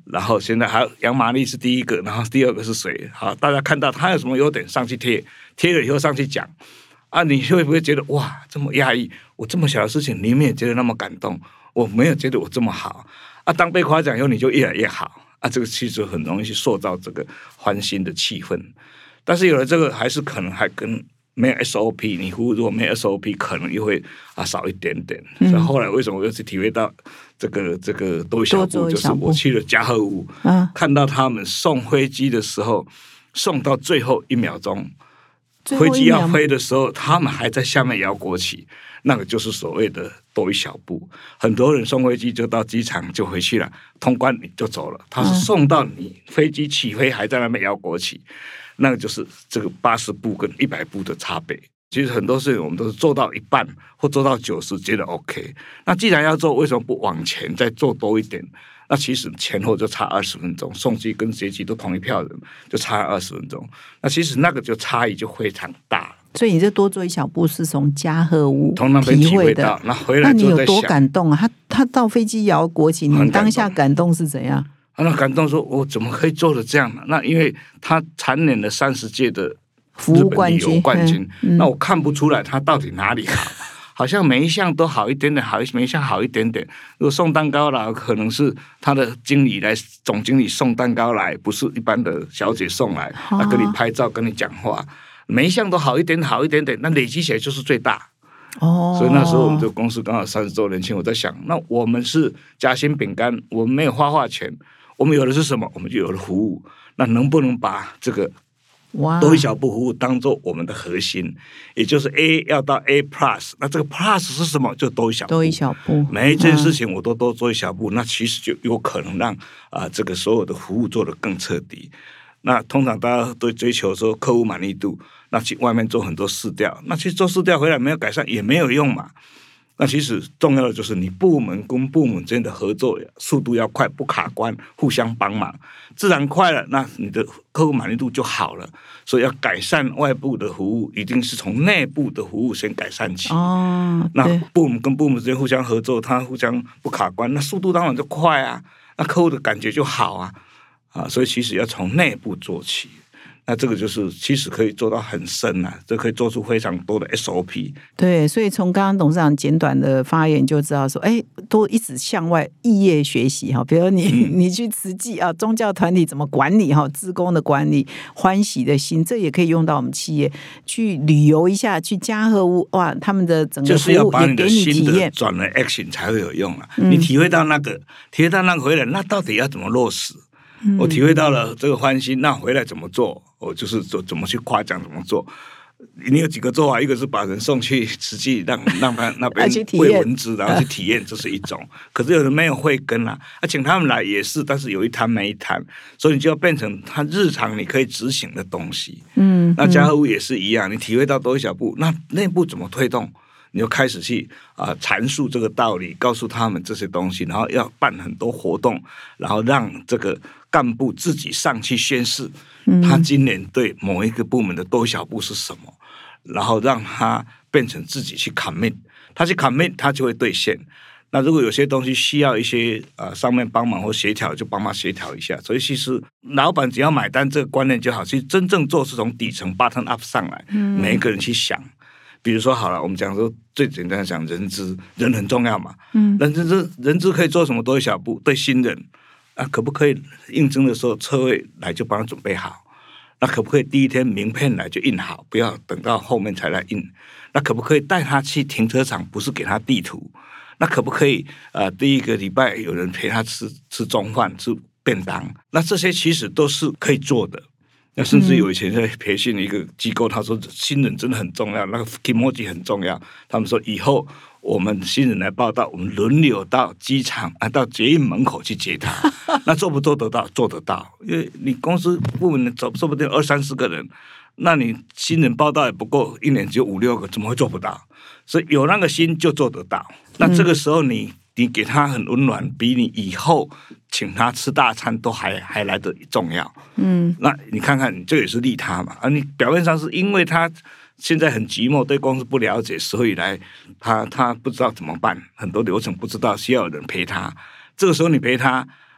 然后现在还有杨玛丽是第一个，然后第二个是谁？好，大家看到他有什么优点上去贴，贴了以后上去讲啊，你会不会觉得哇这么压抑？我这么小的事情你们也觉得那么感动，我没有觉得我这么好啊。当被夸奖以后，你就越来越好啊。这个其实很容易去塑造这个欢欣的气氛，但是有了这个，还是可能还跟没有 S O P， 你服务如果没有 S O P， 可能又会啊少一点点。嗯、所以后来为什么我又去体会到这个这个多一小步，就是我去了嘉禾屋，啊、看到他们送飞机的时候，送到最后一秒钟，飞机要飞的时候，他们还在下面摇国旗，那个就是所谓的多一小步。很多人送飞机就到机场就回去了，通关你就走了，他是送到你飞机起飞还在那边摇国旗。那个就是这个八十步跟一百步的差别。其实很多事情我们都是做到一半或做到九十，觉得 OK。那既然要做，为什么不往前再做多一点？那其实前后就差二十分钟，送机跟接机都同一票人，就差二十分钟。那其实那个就差异就非常大。 所以你这多做一小步是从嘉禾屋从那边体会到，那回来那你有多感动啊？他他到飞机摇国旗，你当下感动是怎样？ 那感动说，我怎么可以做的这样呢？那因为他蝉联了三十届的日本旅游冠军，嗯嗯、那我看不出来他到底哪里好，好像每一项都好一点点，好每一项好一点点。如果送蛋糕来，可能是他的经理来，总经理送蛋糕来，不是一般的小姐送来，他、啊、跟你拍照，跟你讲话，每一项都好一点，好一点点，那累积起来就是最大。哦，所以那时候我们这个公司刚好三十周年庆，我在想，那我们是夹心饼干，我们没有花花钱。我们有的是什么？我们就有了服务。那能不能把这个多一小步服务当做我们的核心？也就是 A 要到 A plus， 那这个 plus 是什么？就多一小步。 多一小步， 每一件事情我都多做一小步，嗯、那其实就有可能让啊、呃、这个所有的服务做得更彻底。那通常大家都追求说客户满意度，那去外面做很多市调，那其实做市调回来没有改善也没有用嘛。那其实重要的就是你部门跟部门之间的合作速度要快，不卡关，互相帮忙，自然快了，那你的客户满意度就好了。所以要改善外部的服务，一定是从内部的服务先改善起。哦，那部门跟部门之间互相合作，它互相不卡关，那速度当然就快啊，那客户的感觉就好啊，啊，所以其实要从内部做起。那这个就是其实可以做到很深啊，这可以做出非常多的 S O P。 对，所以从刚刚董事长简短的发言就知道说，哎，都一直向外异业学习哈。比如你、嗯、你去慈济啊，宗教团体怎么管理哈，志工的管理，欢喜的心，这也可以用到我们企业去旅游一下，去嘉禾屋哇，他们的整个服务也给你体验， 转了 action 才会有用啊。嗯、你体会到那个，体会到那个回来，那到底要怎么落实？嗯、我体会到了这个欢心，那回来怎么做？我就是做怎么去夸奖，怎么做。你有几个做法？一个是把人送去实际让让他那边喂蚊子，然后去体验，这是一种。可是有人没有慧根啊，啊，请他们来也是，但是有一摊没一摊，所以你就要变成他日常你可以执行的东西。嗯，那嘉禾屋也是一样，你体会到多一小步，那内部怎么推动？你就开始去啊、呃、阐述这个道理，告诉他们这些东西，然后要办很多活动，然后让这个干部自己上去宣示，他今年对某一个部门的多一小步是什么，然后让他变成自己去 commit， 他去 commit， 他就会兑现。那如果有些东西需要一些呃上面帮忙或协调，就帮忙协调一下。所以其实老板只要买单这个观念就好，其实真正做是从底层 bottom up 上来，每一个人去想。比如说好了，我们讲说最简单的讲人资，人很重要嘛。嗯，人资人资可以做什么多一小步？对新人啊，可不可以应征的时候车位来就帮他准备好？那可不可以第一天名片来就印好，不要等到后面才来印？那可不可以带他去停车场，不是给他地图？那可不可以呃第一个礼拜有人陪他吃吃中饭、吃便当？那这些其实都是可以做的。那甚至有以前在培训一个机构，他说新人真的很重要，那个 kimoji 很重要。他们说以后我们新人来报到，我们轮流到机场啊，到捷运门口去接他。那做不做得到？做得到，因为你公司部门走说不定二三十个人，那你新人报到也不够，一年只有五六个，怎么会做不到？所以有那个心就做得到。那这个时候你。你给他很温暖，比你以后请他吃大餐都还还来得重要。嗯，那你看看，你这也是利他嘛。啊，你表面上是因为他现在很寂寞，对公司不了解，所以来他他不知道怎么办，很多流程不知道，需要有人陪他。这个时候你陪他，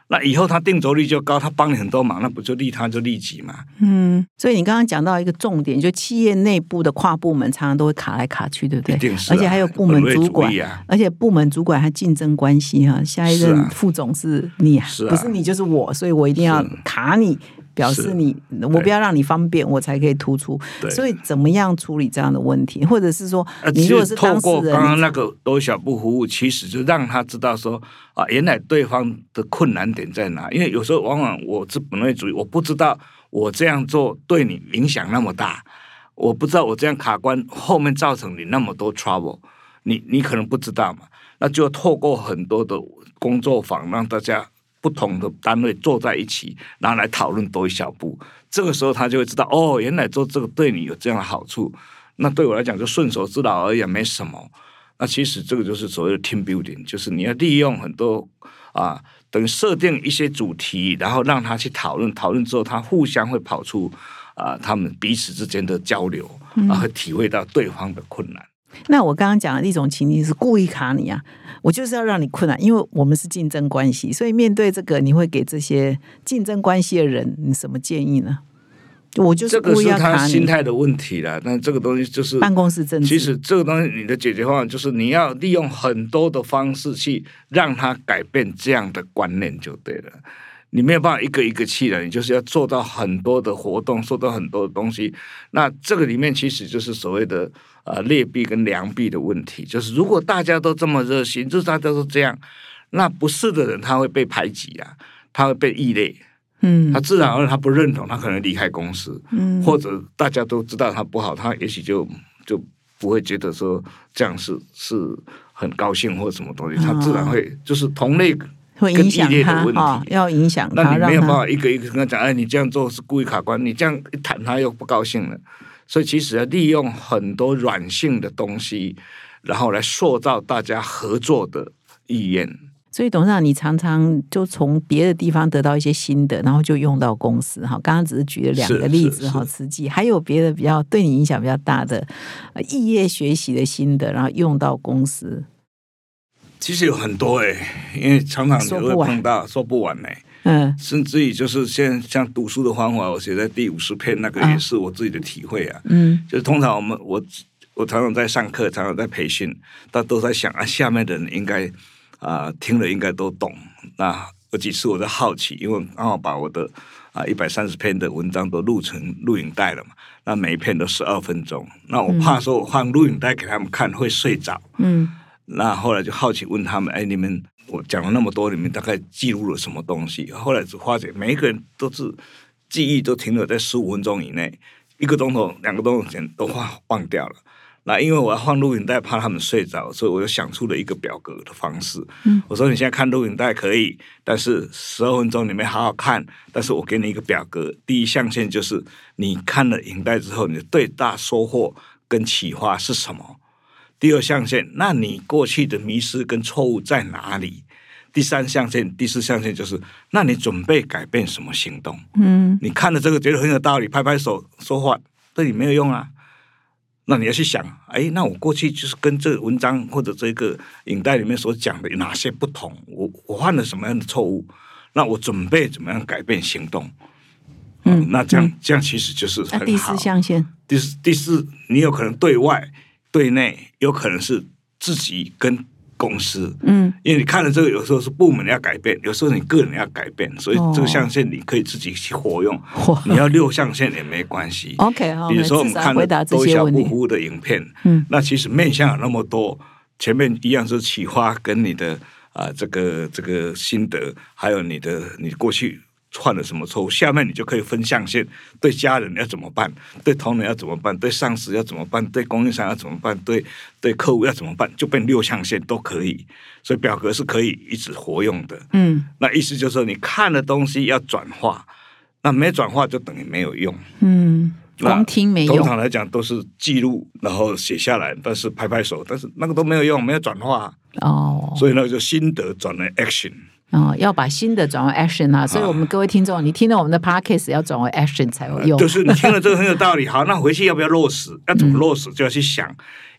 那以后他定着率就高，他帮你很多忙，那不就利他就利己嘛？ 嗯，所以你刚刚讲到一个重点，就企业内部的跨部门常常都会卡来卡去，对不对？ 一定是、啊， 而且还有部门主管， 啊、 而且部门主管还竞争关系哈、啊，下一任副总是你， 是啊、 不是你就是我，所以我一定要卡你。表示你我不要让你方便，我才可以突出。所以怎么样处理这样的问题，或者是说，你如果是当事人， 透过刚刚那个多小部服务，其实就让他知道说啊，原来对方的困难点在哪。因为有时候往往我资本位主义，我不知道我这样做对你影响那么大，我不知道我这样卡关后面造成你那么多 trouble， 你你可能不知道嘛。那就透过很多的工作坊，让大家。不同的单位坐在一起，然后来讨论多一小步，这个时候他就会知道，哦，原来做这个对你有这样的好处，那对我来讲就顺手之劳而已，没什么。那其实这个就是所谓的 team building， 就是你要利用很多啊，等于设定一些主题，然后让他去讨论，讨论之后他互相会跑出啊，他们彼此之间的交流，然后体会到对方的困难。 那我刚刚讲的一种情境是故意卡你啊，我就是要让你困难，因为我们是竞争关系，所以面对这个，你会给这些竞争关系的人你什么建议呢？我就是故意要卡你， 这个是他心态的问题啦。但这个东西就是办公室政治。 其实这个东西，你的解决方案就是你要利用很多的方式去让他改变这样的观念就对了。你没有办法一个一个去了，你就是要做到很多的活动，做到很多的东西。那这个里面其实就是所谓的呃劣币跟良币的问题，就是如果大家都这么热心，就是大家都这样，那不是的人他会被排挤啊，他会被异类，嗯，他自然而然他不认同，他可能离开公司，嗯，或者大家都知道他不好，他也许就就不会觉得说这样是是很高兴或什么东西，他自然会就是同类。 会影响他、哦、要影响他， 那你没有办法一个一个跟他讲，哎，你这样做是故意卡关，你这样一谈他又不高兴了。所以其实要利用很多软性的东西，然后来塑造大家合作的意愿。 所以董事长，你常常就从别的地方得到一些新的，然后就用到公司哈。刚刚只是举了两个例子哈，慈济还有别的比较对你影响比较大的异业学习的新的，然后用到公司。 其实有很多哎、欸，因为常常你会碰到说不完哎、欸，嗯，甚至于就是现在像读书的方法，我写在第五十篇那个也是我自己的体会啊，嗯，就是通常我们我我常常在上课，常常在培训，大家都在想啊，下面的人应该啊、呃、听了应该都懂。那有几次我在好奇，因为刚好把我的啊一百三十篇的文章都录成录影带了嘛，那每一篇都十二分钟，那我怕说我放录影带给他们看会睡着，嗯。那后来就好奇问他们，哎，你们我讲了那么多，你们大概记录了什么东西？后来只发觉每一个人都是记忆都停留在十五分钟以内，一个钟头、两个钟头前都忘忘掉了。那因为我要放录影带，怕他们睡着，所以我就想出了一个表格的方式。嗯，我说你现在看录影带可以，但是十二分钟里面好好看。但是我给你一个表格，第一象限就是你看了影带之后，你的最大收获跟启发是什么？第二象限，那你过去的迷失跟错误在哪里？第三象限、第四象限就是，那你准备改变什么行动？嗯，你看了这个觉得很有道理，拍拍手说话，对你没有用啊。那你要去想，哎，那我过去就是跟这个文章或者这个影带里面所讲的有哪些不同？我我犯了什么样的错误？那我准备怎么样改变行动？嗯，那这样、嗯、这样其实就是很好。 第四象限， 第四第四，你有可能对外。对内有可能是自己跟公司，嗯，因为你看了这个，有时候是部门要改变，有时候你个人要改变，所以这个象限你可以自己去活用。哦、你要六象限也没关系。 OK， 比如说我们看了多小不服务的影片，嗯，那其实面向有那么多，前面一样是启发跟你的啊、呃、这个这个心得，还有你的你过去。犯了什么错误？下面你就可以分象限，对家人要怎么办？对同仁要怎么办？对上司要怎么办？对供应商要怎么办？对对客户要怎么办？就变六象限都可以，所以表格是可以一直活用的。嗯，那意思就是说，你看的东西要转化，那没转化就等于没有用。嗯， 光听没用。 通常来讲都是记录，然后写下来，但是拍拍手，但是那个都没有用，没有转化。哦，所以那个就心得转为 action。 哦，要把新的转为 action 啊！所以我们各位听众，你听到我们的 podcast 要转为 action 才有用。 就是你听了这个很有道理，好，那回去要不要落实？要怎么落实？就要去想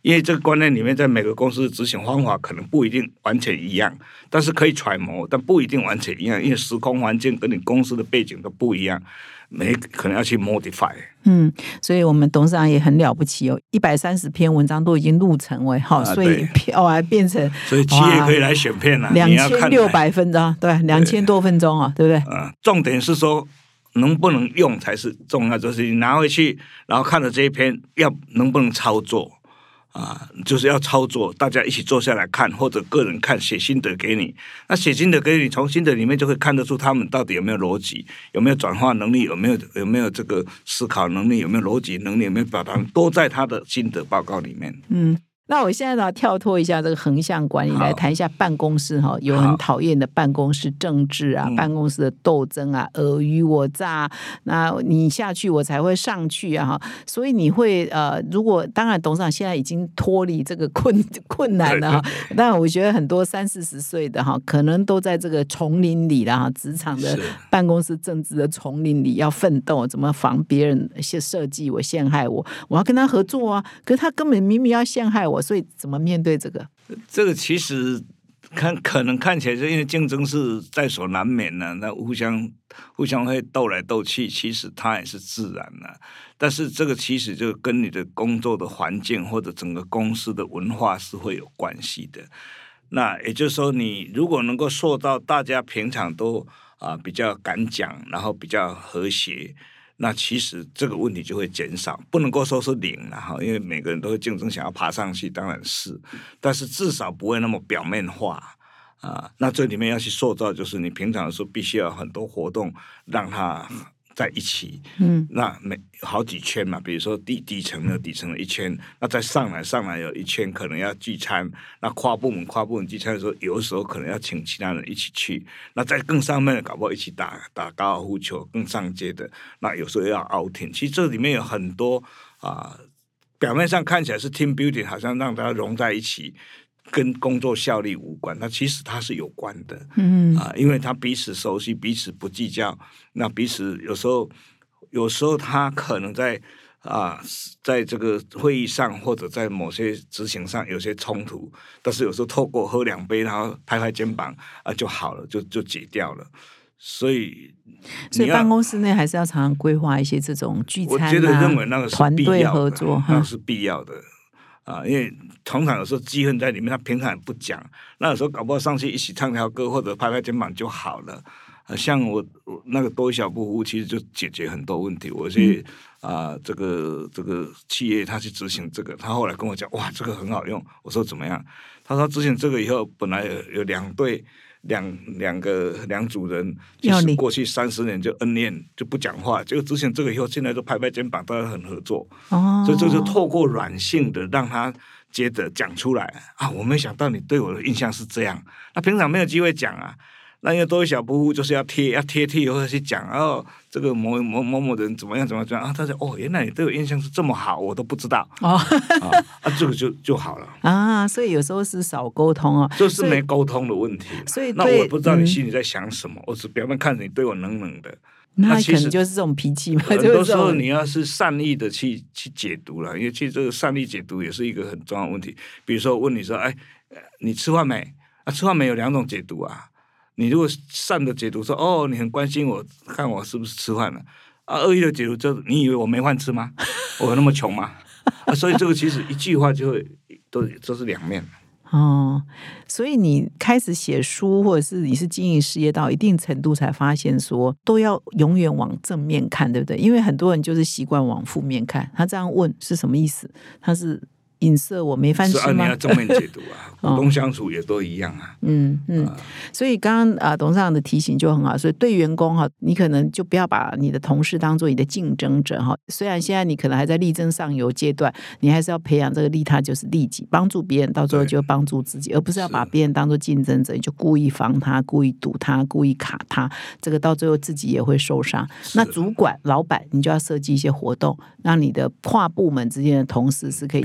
因为这个观念里面在每个公司的执行方法可能不一定完全一样，但是可以揣摩，但不一定完全一样，因为时空环境跟你公司的背景都不一样，没可能要去 modify。 嗯，所以我们董事长也很了不起哦，一百三十篇文章都已经录成为哈、啊，所以票还变成， 所以企业可以来选片了， 两千六百分钟，对，两千多分钟啊，对不对？ 嗯，重点是说能不能用才是重要，就是你拿回去，然后看了这一篇，要能不能操作。啊，就是要操作，大家一起坐下来看，或者个人看，写心得给你。那写心得给你，从心得里面就会看得出他们到底有没有逻辑，有没有转化能力，有没有有没有这个思考能力，有没有逻辑能力，有没有表达，都在他的心得报告里面。 嗯。那我现在呢，跳脱一下这个横向管理，来谈一下办公室哈。有很讨厌的办公室政治啊，办公室的斗争啊，尔虞我诈，那你下去我才会上去啊哈。所以你会呃，如果当然董事长现在已经脱离这个困困难了哈，但我觉得很多三四十岁的哈，可能都在这个丛林里了哈，职场的办公室政治的丛林里要奋斗，怎么防别人设计我陷害我，我要跟他合作啊，可是他根本明明要陷害我。所以怎么面对这个？ 这个其实看可能看起来是因为竞争是在所难免的，那互相互相会斗来斗去，其实它也是自然的。但是这个其实就跟你的工作的环境或者整个公司的文化是会有关系的。那也就是说，你如果能够塑造大家平常都啊、呃、比较敢讲，然后比较和谐。那其实这个问题就会减少，不能够说是零了哈，因为每个人都会竞争，想要爬上去，当然是，但是至少不会那么表面化啊。那这里面要去塑造，就是你平常的时候必须要有很多活动，让它在一起，嗯，那每好几圈嘛，比如说底底层的底层的一圈，那再上来上来有一圈，可能要聚餐，那跨部门跨部门聚餐的时候，有的时候可能要请其他人一起去，那在更上面的搞不好一起打打高尔夫球，更上阶的，那有时候要 outing， 其实这里面有很多啊、呃，表面上看起来是 team building， 好像让大家融在一起。跟工作效率无关，它其实它是有关的，嗯啊、呃，因为他彼此熟悉，彼此不计较，那彼此有时候有时候他可能在啊、呃，在这个会议上或者在某些执行上有些冲突，但是有时候透过喝两杯，然后拍拍肩膀啊、呃、就好了，就就解掉了。所以， 所以办公室内还是要常常规划一些这种聚餐、啊、 我觉得认为那个是团队合作， 那是必要的。啊，因为通常有时候积恨在里面，他平常也不讲，那有时候搞不好上去一起唱条歌或者拍拍肩膀就好了。啊、像我我那个多一小步服务，其实就解决很多问题。我去啊、呃，这个这个企业他去执行这个，他后来跟我讲，哇，这个很好用。我说怎么样？他说执行这个以后，本来有有两对。两两个两组人，就是过去三十年就恩怨就不讲话，结果执行这个以后，现在都拍拍肩膀，大家很合作。哦，所以这就透过软性的让他接着讲出来啊！我没想到你对我的印象是这样，那平常没有机会讲啊。那因为多一小步就是要贴要贴贴或者去讲哦，这个某某某某人怎么样怎么样啊？他说哦，原来你对我印象是这么好，我都不知道哦啊, 啊，这个就就好了啊。所以有时候是少沟通哦， 就是没沟通的问题。 所以那我也不知道你心里在想什么，嗯、我只表面看着你对我冷冷的， 那可能就是这种脾气嘛。 很多时候你要是善意的去去解读了，因为其实这个善意解读也是一个很重要的问题。比如说问你说，哎，你吃饭没？啊，吃饭没有两种解读啊。你如果善的解读说哦，你很关心我，看我是不是吃饭了啊；恶意的解读就是你以为我没饭吃吗？我有那么穷吗？啊，所以这个其实一句话就会都都是两面哦。所以你开始写书，或者是你是经营事业到一定程度，才发现说都要永远往正面看，对不对？因为很多人就是习惯往负面看。他这样问是什么意思？他是影射我没饭吃吗？ 是啊，你要正面解读啊，股东相处也都一样啊。 嗯嗯，所以刚刚啊，董事长的提醒就很好。所以对员工哈，你可能就不要把你的同事当做你的竞争者哈。虽然现在你可能还在力争上游阶段，你还是要培养这个利他就是利己，帮助别人，到最后就帮助自己，而不是要把别人当做竞争者，你就故意防他、故意堵他、故意卡他，这个到最后自己也会受伤。那主管、老板，你就要设计一些活动，让你的跨部门之间的同事是可以交流。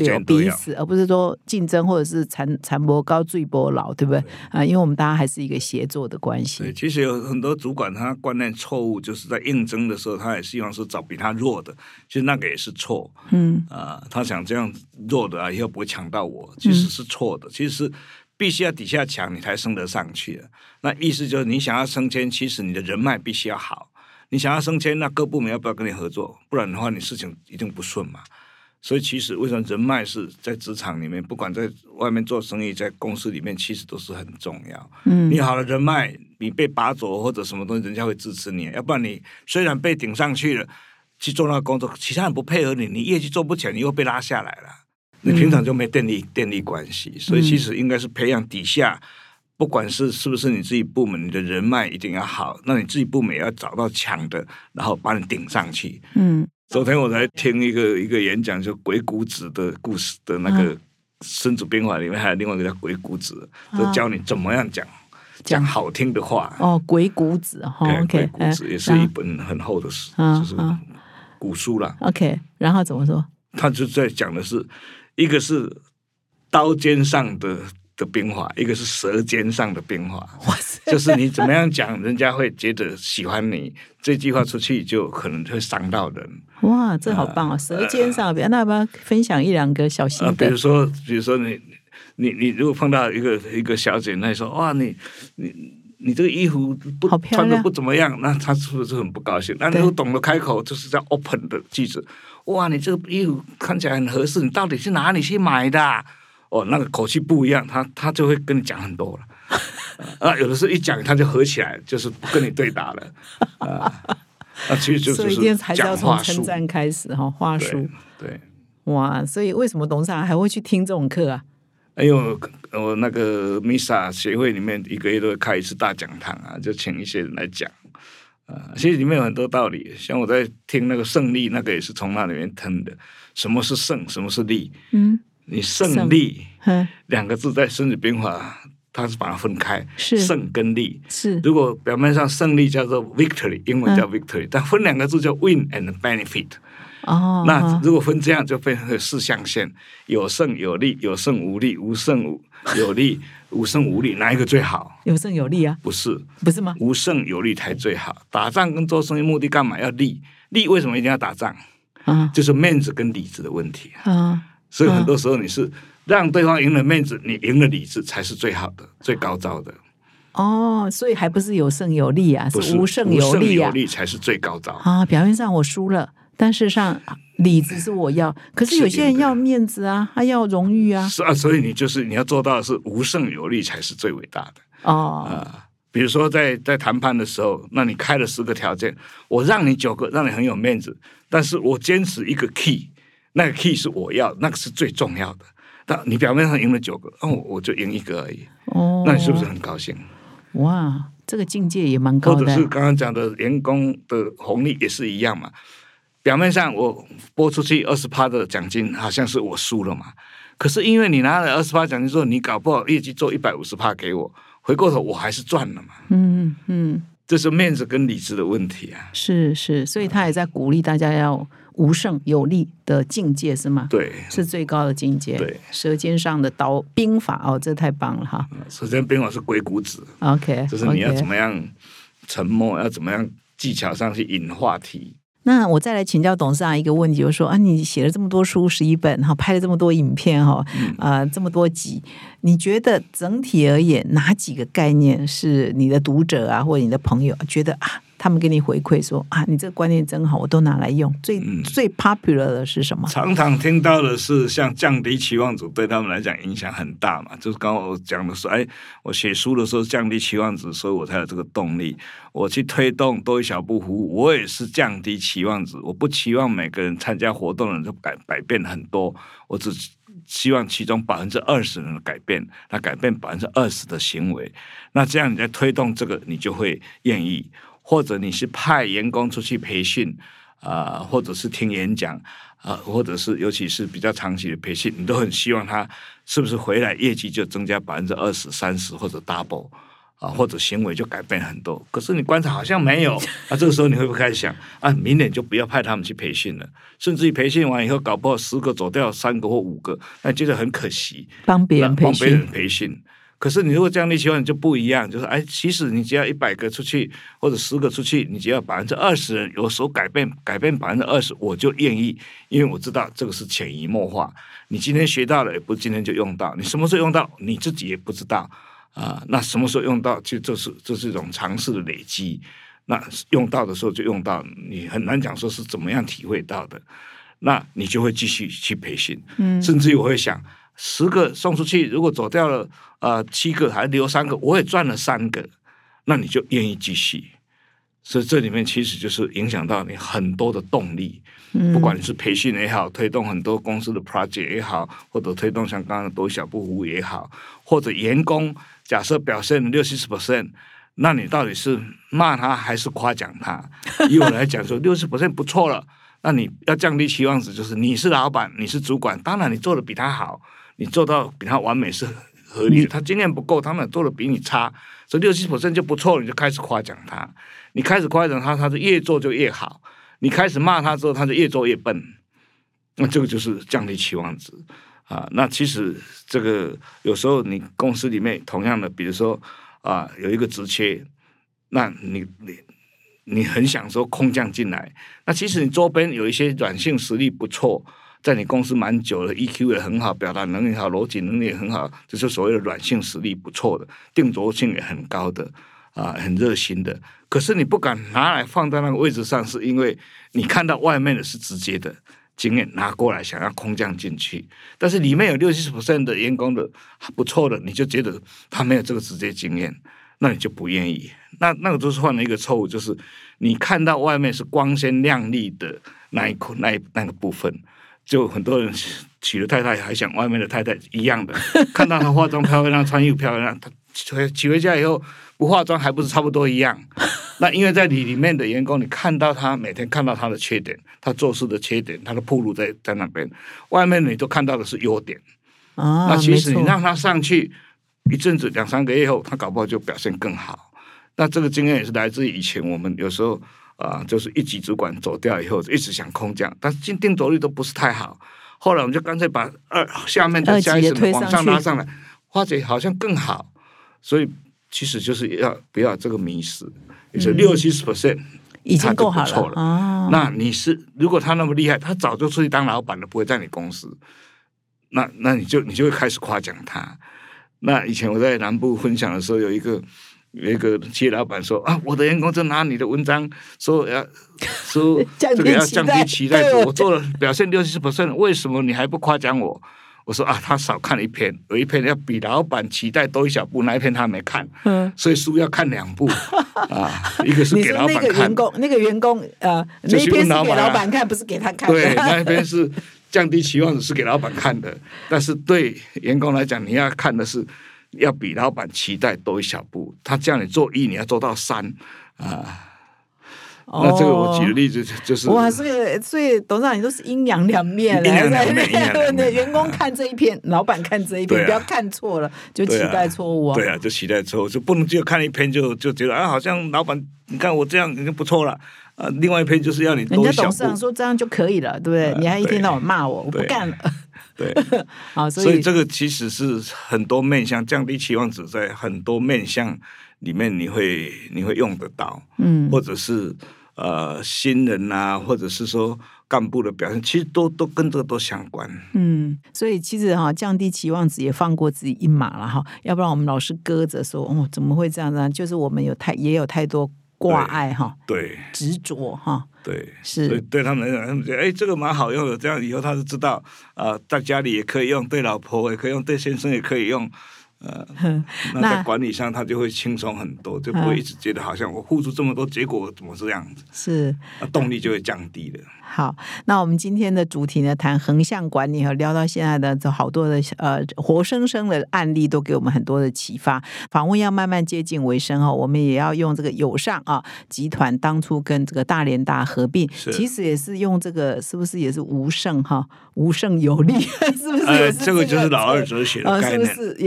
流彼此，而不是说竞争或者是残残波高最波老，对不对？啊、呃，因为我们大家还是一个协作的关系。 对，其实有很多主管他观念错误，就是在应征的时候，他也希望是找比他弱的，其实那个也是错。嗯啊、呃，他想这样弱的啊，以后不会抢到我，其实是错的。嗯、其实是必须要底下强，你才升得上去的。那意思就是你想要升迁，其实你的人脉必须要好。你想要升迁，那各部门要不要跟你合作？不然的话，你事情一定不顺嘛。所以其实为什么人脉是在职场里面，不管在外面做生意，在公司里面，其实都是很重要。嗯，你好了人脉，你被拔走或者什么东西，人家会支持你。要不然你虽然被顶上去了，去做那个工作，其他人不配合你，你业绩做不起来，你又被拉下来了。你平常就没电力电力关系，所以其实应该是培养底下，不管是是不是你自己部门，你的人脉一定要好，那你自己部门也要找到强的，然后把你顶上去。嗯。昨天我才听一个一个演讲，就鬼谷子的故事的那个《孙子兵法》里面还有另外一个叫鬼谷子，就教你怎么样讲讲好听的话。 哦，鬼谷子哈、哦、，OK， 鬼谷子也是一本很厚的书，啊、就是古书啦。 OK， 然后怎么说？ 他就在讲的是，一个是刀尖上的的兵法，一个是舌尖上的兵法。就是你怎么样讲，人家会觉得喜欢你。这句话出去就可能会伤到人。 哇，这好棒哦！舌尖上的兵，那要不要分享一两个小心得？ 比如说，比如说你你你如果碰到一个一个小姐，那说哇，你你你这个衣服不穿的不怎么样，那她是不是很不高兴？那你又懂得开口，就是叫 open 的句子。哇，你这个衣服看起来很合适，你到底是哪里去买的、啊？哦，那个口气不一样，他他就会跟你讲很多了。啊，有的时候一讲他就合起来，就是不跟你对打了。啊，那其实就是所以一定还是要从称赞开始哈，话术。 对， 哇，所以为什么董事长还会去听这种课啊？ 因为我我那个 M I S A 协会里面一个月都会开一次大讲堂啊，就请一些人来讲。啊，其实里面有很多道理，像我在听那个胜利，那个也是从那里面听的。什么是胜？什么是利？嗯。你胜利两个字在《孙子兵法》，它是把它分开，胜跟利。是，如果表面上胜利叫做 victory， 英文叫 victory，、嗯、但分两个字叫 win and benefit。哦，那如果分这样，就变成四象限：有胜有利，有胜无利，无胜无有利，无胜无利，哪一个最好？ 有胜有利啊？ 不是， 不是吗？ 无胜有利才最好。打仗跟做生意目的干嘛要利？利为什么一定要打仗？啊，就是面子跟里子的问题啊。所以很多时候你是让对方赢了面子，你赢了理智才是最好的、最高招的。 哦，所以还不是有胜有利啊，是无胜有利啊， 无胜有利才是最高招啊。表面上我输了，但事实上里子是我要，可是有些人要面子啊，他要荣誉啊。 是啊，所以你就是你要做到的是无胜有利才是最伟大的哦。啊，比如说在在谈判的时候，那你开了十个条件，我让你九个，让你很有面子，但是我坚持一个 key。那个 key 是我要，那个是最重要的。但你表面上赢了九个，哦，我就赢一个而已。哦，那你是不是很高兴？ 哇，这个境界也蛮高的。 或者是刚刚讲的员工的红利也是一样嘛。表面上我拨出去二十趴的奖金，好像是我输了嘛。可是因为你拿了二十趴奖金之后，你搞不好业绩做一百五十趴给我，回过头我还是赚了嘛。嗯嗯，这是面子跟理智的问题啊。 是是，所以他也在鼓励大家要无胜有利的境界是吗？ 对， 是最高的境界。 对， 舌尖上的刀兵法哦，这太棒了哈！ 舌尖兵法是鬼谷子 ，OK， 就是你要怎么样沉默，要怎么样技巧上去引话题。 那我再来请教董事长一个问题，就是说啊，你写了这么多书十一本哈，拍了这么多影片哈，嗯、呃，这么多集，你觉得整体而言，哪几个概念是你的读者啊，或者你的朋友觉得啊？他们给你回馈说啊，你这个观念真好，我都拿来用。最、嗯、最 popular 的是什么？ 常常听到的是像降低期望值，对他们来讲影响很大嘛。就是刚刚我讲的是，哎，我写书的时候降低期望值，所以我才有这个动力。我去推动多一小步服务，我也是降低期望值。我不期望每个人参加活动的人就改改变很多，我只希望其中百分之二十人的改变，那改变百分之二十的行为。那这样你在推动这个，你就会愿意。或者你是派员工出去培训啊、呃，或者是听演讲啊、呃，或者是尤其是比较长期的培训，你都很希望他是不是回来业绩就增加百分之二十、三十或者 double 啊、 啊，或者行为就改变很多。可是你观察好像没有，啊，这个时候你会不会开始想啊，明年就不要派他们去培训了，甚至于培训完以后，搞不好十个走掉三个或五个，那觉得很可惜， 帮别人培训， 帮别人培训。可是你如果降低期望就不一样，就是哎，其实你只要一百个出去或者十个出去，你只要百分之二十人有所改变，改变百分之二十，我就愿意，因为我知道这个是潜移默化。你今天学到了，也不今天就用到，你什么时候用到，你自己也不知道啊、呃。那什么时候用到，其实这是这是一种尝试的累积。那用到的时候就用到，你很难讲说是怎么样体会到的，那你就会继续去培训，嗯，甚至于我会想。十个送出去，如果走掉了，呃，七个还留三个，我也赚了三个，那你就愿意继续。所以这里面其实就是影响到你很多的动力，嗯、不管你是培训也好，推动很多公司的 project 也好，或者推动像刚刚的多小步服务也好，或者员工假设表现六七十 percent， 那你到底是骂他还是夸奖他？以我来讲说，六十 percent 不错了。那你要降低期望值，就是你是老板，你是主管，当然你做的比他好，你做到比他完美是合理的。他经验不够，他们做的比你差，所以六七 percent 就不错，你就开始夸奖他。你开始夸奖他，他就越做就越好。你开始骂他之后，他就越做越笨。那这个就是降低期望值啊。那其实这个有时候你公司里面同样的，比如说啊有一个职缺，那你你。你很想说空降进来，那其实你周边有一些软性实力不错，在你公司蛮久了 ，E Q 也很好，表达能力好，逻辑能力也很好，就是所谓的软性实力不错的，定着性也很高的啊，很热心的。可是你不敢拿来放在那个位置上，是因为你看到外面的是直接的经验拿过来，想要空降进去，但是里面有六七十 percent 的员工的不错的，你就觉得他没有这个直接经验。那你就不愿意，那那个就是犯了一个错误，就是你看到外面是光鲜亮丽的那一那一那个部分，就很多人娶了太太还想外面的太太一样的，看到她化妆漂亮，穿衣服漂亮，她娶回家以后不化妆还不是差不多一样？那因为在你里面的员工，你看到他每天看到他的缺点，他做事的缺点，他的暴露在在那边，外面你都看到的是优点啊。那其实你让他上去。一阵子两三个月后，他搞不好就表现更好。那这个经验也是来自于以前我们有时候啊、呃，就是一级主管走掉以后，一直想空降，但是进定着率都不是太好。后来我们就干脆把二下面的下一层往上拉上来，发觉好像更好。所以其实就是要不要这个迷失，也是六七十 percent 已经够好了。 了哦、那你是如果他那么厉害，他早就出去当老板了，不会在你公司。那那你就你就会开始夸奖他。那以前我在南部分享的时候，有一个有一个企业老板说啊，我的员工就拿你的文章说要说这个要降低期待，我做了表现六七十 percent， 为什么你还不夸奖我？我说啊，他少看了一篇，有一篇要比老板期待多一小步，那一篇他没看，嗯，所以书要看两部啊，一个是给老板看， 那个员工那个员工呃，那一篇是给老板看，不是给他看的， 对，那一篇是。降低期望值是给老板看的，但是对员工来讲，你要看的是要比老板期待多一小步。他叫你做一，你要做到三啊。哦、那这个我举的例子就是， 哇，所以所以董事长你都是阴阳两面， 阴阳两面，阴阳两面。 员工看这一篇，老板看这一篇，啊、不要看错了，就期待错误啊。 对啊，就期待错误，就不能只有看一篇就就觉得啊，好像老板你看我这样已经不错了。啊，另外一篇就是要你多一小步。 人家董事长说这样就可以了，对不对？啊、你还一天到晚骂我，我不干了。 对， 好，所以所以这个其实是很多面向降低期望值，在很多面向里面你会你会用得到，嗯，或者是呃新人啊，或者是说干部的表现，其实都都跟这个都相关。 嗯，所以其实哈、哦，降低期望值也放过自己一马了哈，要不然我们老是搁着说哦，怎么会这样呢？就是我们有太也有太多。挂碍哈， 对， 执着哈， 对， 是， 所以对他们来讲，他们觉得哎，这个蛮好用的，这样以后他就知道啊、呃，在家里也可以用，对老婆也可以用，对先生也可以用，呃，那在管理上他就会轻松很多，就不会一直觉得好像我付出这么多，结果怎么这样子， 是， 那动力就会降低了。 好，那我们今天的主题呢，谈横向管理和聊到现在的这好多的呃活生生的案例，都给我们很多的启发。访问要慢慢接近尾声哦，我们也要用这个友尚啊集团当初跟这个大联大合并，其实也是用这个是不是也是无胜哈，无胜有力，是不是也是、这个呃？这个就是老二哲学的概念， 呃、是不是也是这个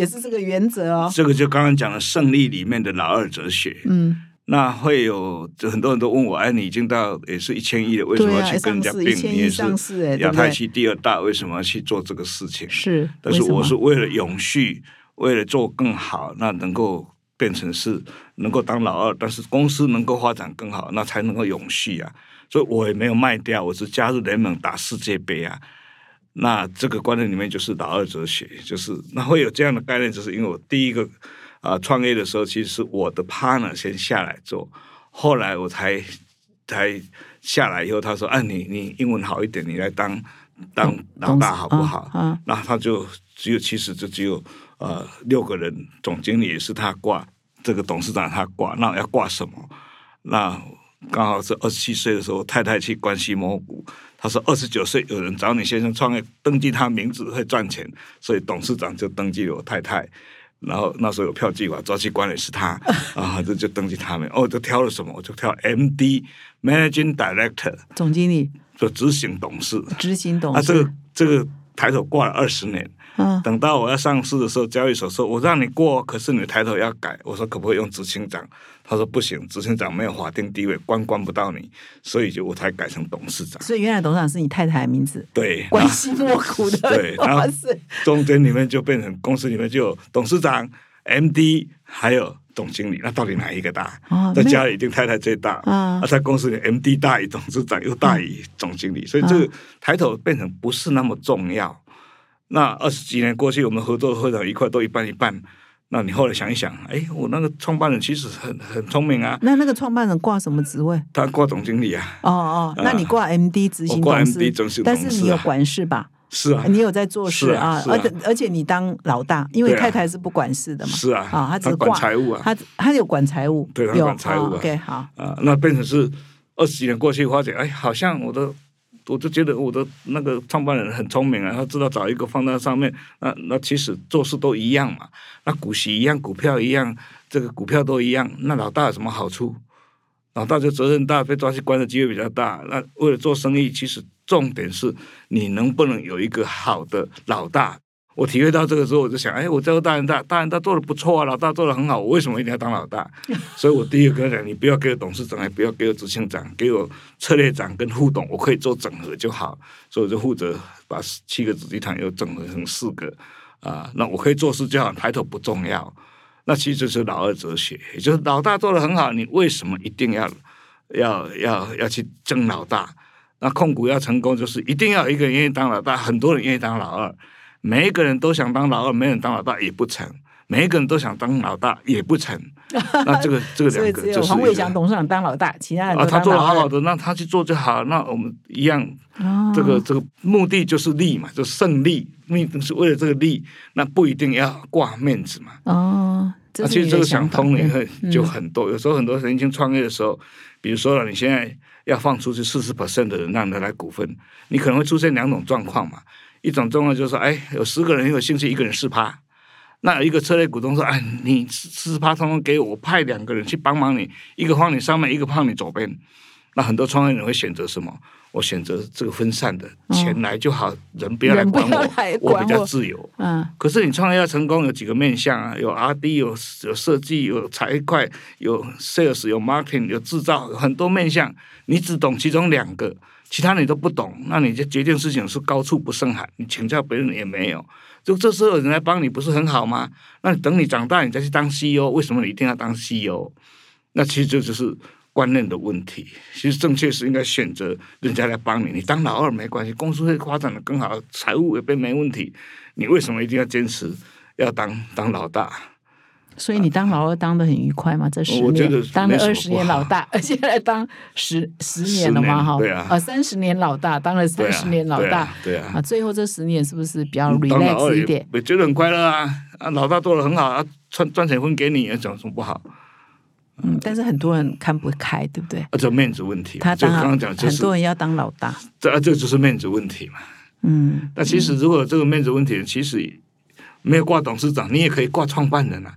原则哦。 这个就刚刚讲的胜利里面的老二哲学。 嗯， 那会有很多人都问我，哎，你已经到也是一千亿了，为什么要去跟人家并？你也是亚太区第二大，为什么要去做这个事情？ 是， 但是我是为了永续，为了做更好，那能够变成是能够当老二，但是公司能够发展更好，那才能够永续啊。所以我也没有卖掉，我是加入联盟打世界杯啊。那这个观念里面就是老二哲学，就是那会有这样的概念，就是因为我第一个啊、呃、创业的时候，其实是我的 partner 先下来做，后来我才才下来以后，他说：“啊，你你英文好一点，你来当当老大好不好？”嗯嗯、那他就只有其实就只有呃六个人，总经理也是他挂，这个董事长他挂，那要挂什么？那刚好是二十七岁的时候，太太去关系模糊。他说二十九岁有人找你先生创业，登记他名字会赚钱，所以董事长就登记了我太太。然后那时候有票计划，抓去管理是他啊，这就登记他们。哦，就挑了什么？我就挑 M D Managing Director 总经理， 就执行董事。 执行董事。 啊，这个这个抬头挂了二十年。嗯，等到我要上市的时候，交易所说我让你过，可是你的抬头要改。我说可不可以用执行长？他说不行，执行长没有法定地位，关关不到你，所以就我才改成董事长。 所以原来董事长是你太太的名字， 对， 关系莫苦的。 对，然后中间里面就变成公司里面就有董事长、M D 还有总经理，那到底哪一个大？哦、在家里一定太太最大，啊，在公司里 M D 大于董事长，又大于总经理，所以这个抬头变成不是那么重要。那二十几年过去，我们合作的会长一块都一半一半。那你后来想一想，哎，我那个创办人其实很很聪明啊。 那那个创办人挂什么职位？ 他挂总经理啊。 哦哦，那你挂 M D 执行董事， 我挂 M D 执行董事， 但是你有管事吧？ 是啊， 你有在做事啊， 而且而且你当老大，因为太太是不管事的嘛。 是啊， 啊，他只管财务啊， 他他有管财务， 对，他管财务啊。 OK， 好啊，那变成是二十几年过去，发现哎，好像我的。我就觉得我的那个创办人很聪明啊，他知道找一个放在上面，那那其实做事都一样嘛，那股息一样，股票一样，这个股票都一样，那老大有什么好处？老大就责任大，被抓去关的机会比较大。那为了做生意，其实重点是你能不能有一个好的老大。我体会到这个时候，我就想，哎，我这个大人大，大人大做的不错啊，老大做的很好，我为什么一定要当老大？所以我第一个跟他讲，你不要给我董事长，也不要给我执行长，给我策略长跟副董，我可以做整合就好。所以我就负责把七个子集团又整合成四个啊，那我可以做事就好，抬头不重要。那其实就是老二哲学，也就是老大做的很好，你为什么一定要要要要去争老大？那控股要成功，就是一定要有一个人愿意当老大，很多人愿意当老二。每一个人都想当老二，没人当老大也不成；每一个人都想当老大也不成。那这个这个两个就是黄伟翔董事长当老大，其他人都当老二。 啊，他做的好好的，那他去做就好。那我们一样，哦、这个这个目的就是利嘛，就是胜利，目的是为了这个利，那不一定要挂面子嘛。 哦， 那其实这个想通了以后就很多。嗯、有时候很多年轻创业的时候，比如说你现在要放出去四十 percent 的人让他来股份，你可能会出现两种状况嘛。一种状况就是说，哎，有十个人有兴趣，一个人四趴。那有一个策略股东说，哎，你四趴通通给我，我派两个人去帮忙你，一个放你上面，一个放你左边。那很多创业人会选择什么？我选择这个分散的，钱来就好，人不要来管我，我比较自由。嗯。可是你创业要成功，有几个面向啊？有 R D， 有有设计，有财会，有 sales， 有 marketing， 有制造，有很多面向。你只懂其中两个。其他你都不懂，那你就决定事情是高处不胜寒，你请教别人也没有，就这时候有人来帮你不是很好吗？那你等你长大你再去当 C E O， 为什么你一定要当 C E O？ 那其实这就是观念的问题。其实正确是应该选择人家来帮你，你当老二没关系，公司会发展的更好，财务也变没问题，你为什么一定要坚持要当当老大？ 所以你当老二当得很愉快吗？这十年当了二十年老大，而且来当十十年了嘛？哈， 对啊， 啊三十年老大，当了三十年老大， 对啊， 啊最后这十年是不是比较 relax 一点？ 我觉得很快乐啊！啊，老大做得很好啊，赚赚钱分给你，讲什么不好？ 嗯，但是很多人看不开，对不对？ 啊，这面子问题。 他刚刚讲， 很多人要当老大， 这啊，这就是面子问题嘛。嗯，那其实如果有这个面子问题，其实没有挂董事长，你也可以挂创办人啊。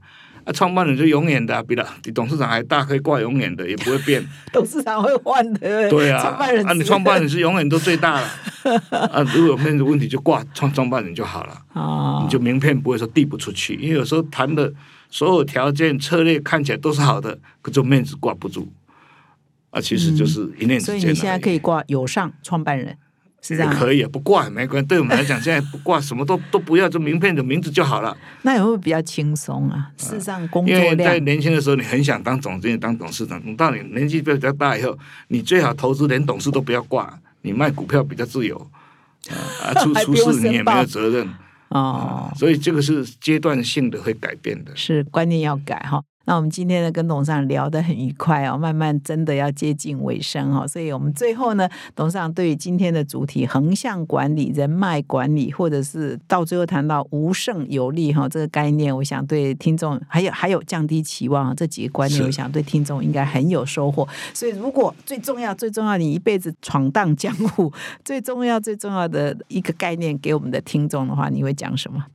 啊，创办人就永远的、啊，比了比董事长还大，可以挂永远的，也不会变。 董事长会换的， 对啊， 创办人啊，你创办人是永远都最大了。啊，如果有面子问题就挂创创办人就好了。哦，你就名片不会说递不出去，因为有时候谈的所有条件策略看起来都是好的，可就面子挂不住。啊，其实就是一念之间、嗯。 所以你现在可以挂友尚创办人。是这样可以啊，不挂也没关系。对我们来讲，现在不挂什么都都不要，就名片的名字就好了。 那有没有比较轻松啊？事实上，工作量， 因为在年轻的时候，你很想当总经理、当董事长。等到你年纪比较大以后，你最好投资连董事都不要挂，你卖股票比较自由啊，出出事你也没有责任哦、啊。所以这个是阶段性的会改变的， 是观念要改哈。那我们今天呢跟董事长聊得很愉快哦，慢慢真的要接近尾声哦，所以我们最后呢，董事长对于今天的主题横向管理、人脉管理，或者是到最后谈到无胜有力哈这个概念，我想对听众还有还有降低期望这几个观念，我想对听众应该很有收获。所以如果最重要最重要，你一辈子闯荡江湖，最重要最重要的一个概念给我们的听众的话，你会讲什么？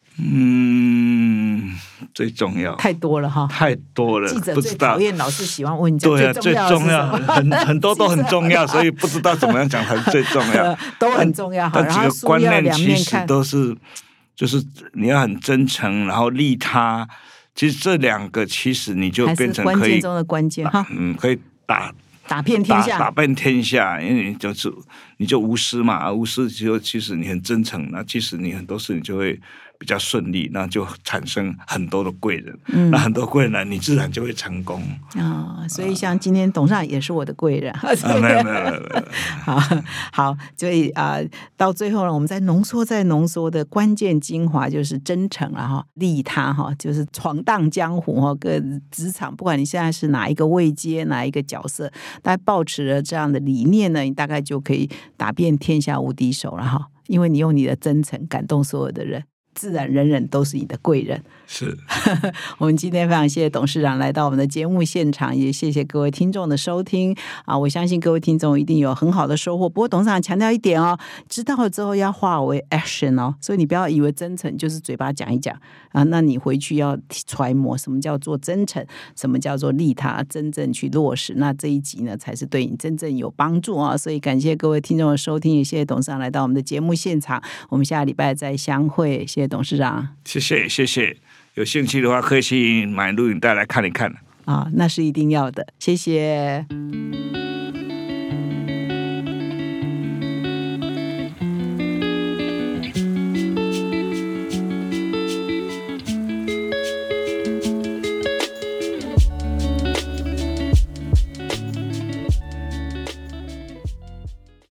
嗯，最重要太多了哈， 太多了。 记者最讨厌老是喜欢问讲对啊， 最重要最重要，很很多都很重要，所以不知道怎么样讲才是最重要。 都很重要， 但几个观念其实都是，就是你要很真诚，然后利他。其实这两个，其实你就变成可以关键中的关键哈， 嗯，可以打。 打遍天下， 打, 打遍天下，因为你就是你就无私嘛，无私就其实你很真诚，那其实你很多事情就会比较顺利，那就产生很多的贵人，嗯、那很多贵人呢，你自然就会成功啊、哦。所以像今天董事长也是我的贵人，啊、 没有没有没有， 好好，所以啊、呃，到最后呢，我们再浓缩再浓缩的关键精华就是真诚了哈，利他哈，就是闯荡江湖哈，各职场，不管你现在是哪一个位阶，哪一个角色。大家抱持了这样的理念呢，你大概就可以打遍天下无敌手了哈，因为你用你的真诚感动所有的人，自然人人都是你的贵人。 是我们今天非常谢谢董事长来到我们的节目现场，也谢谢各位听众的收听啊！我相信各位听众一定有很好的收获。不过董事长强调一点哦，知道了之后要化为 action 哦，所以你不要以为真诚就是嘴巴讲一讲啊，那你回去要揣摩什么叫做真诚，什么叫做利他，真正去落实。那这一集呢，才是对你真正有帮助啊！所以感谢各位听众的收听，也谢谢董事长来到我们的节目现场。我们下礼拜再相会，谢谢董事长， 谢谢谢谢。有兴趣的话，可以去买录影带来看一看啊，那是一定要的，谢谢。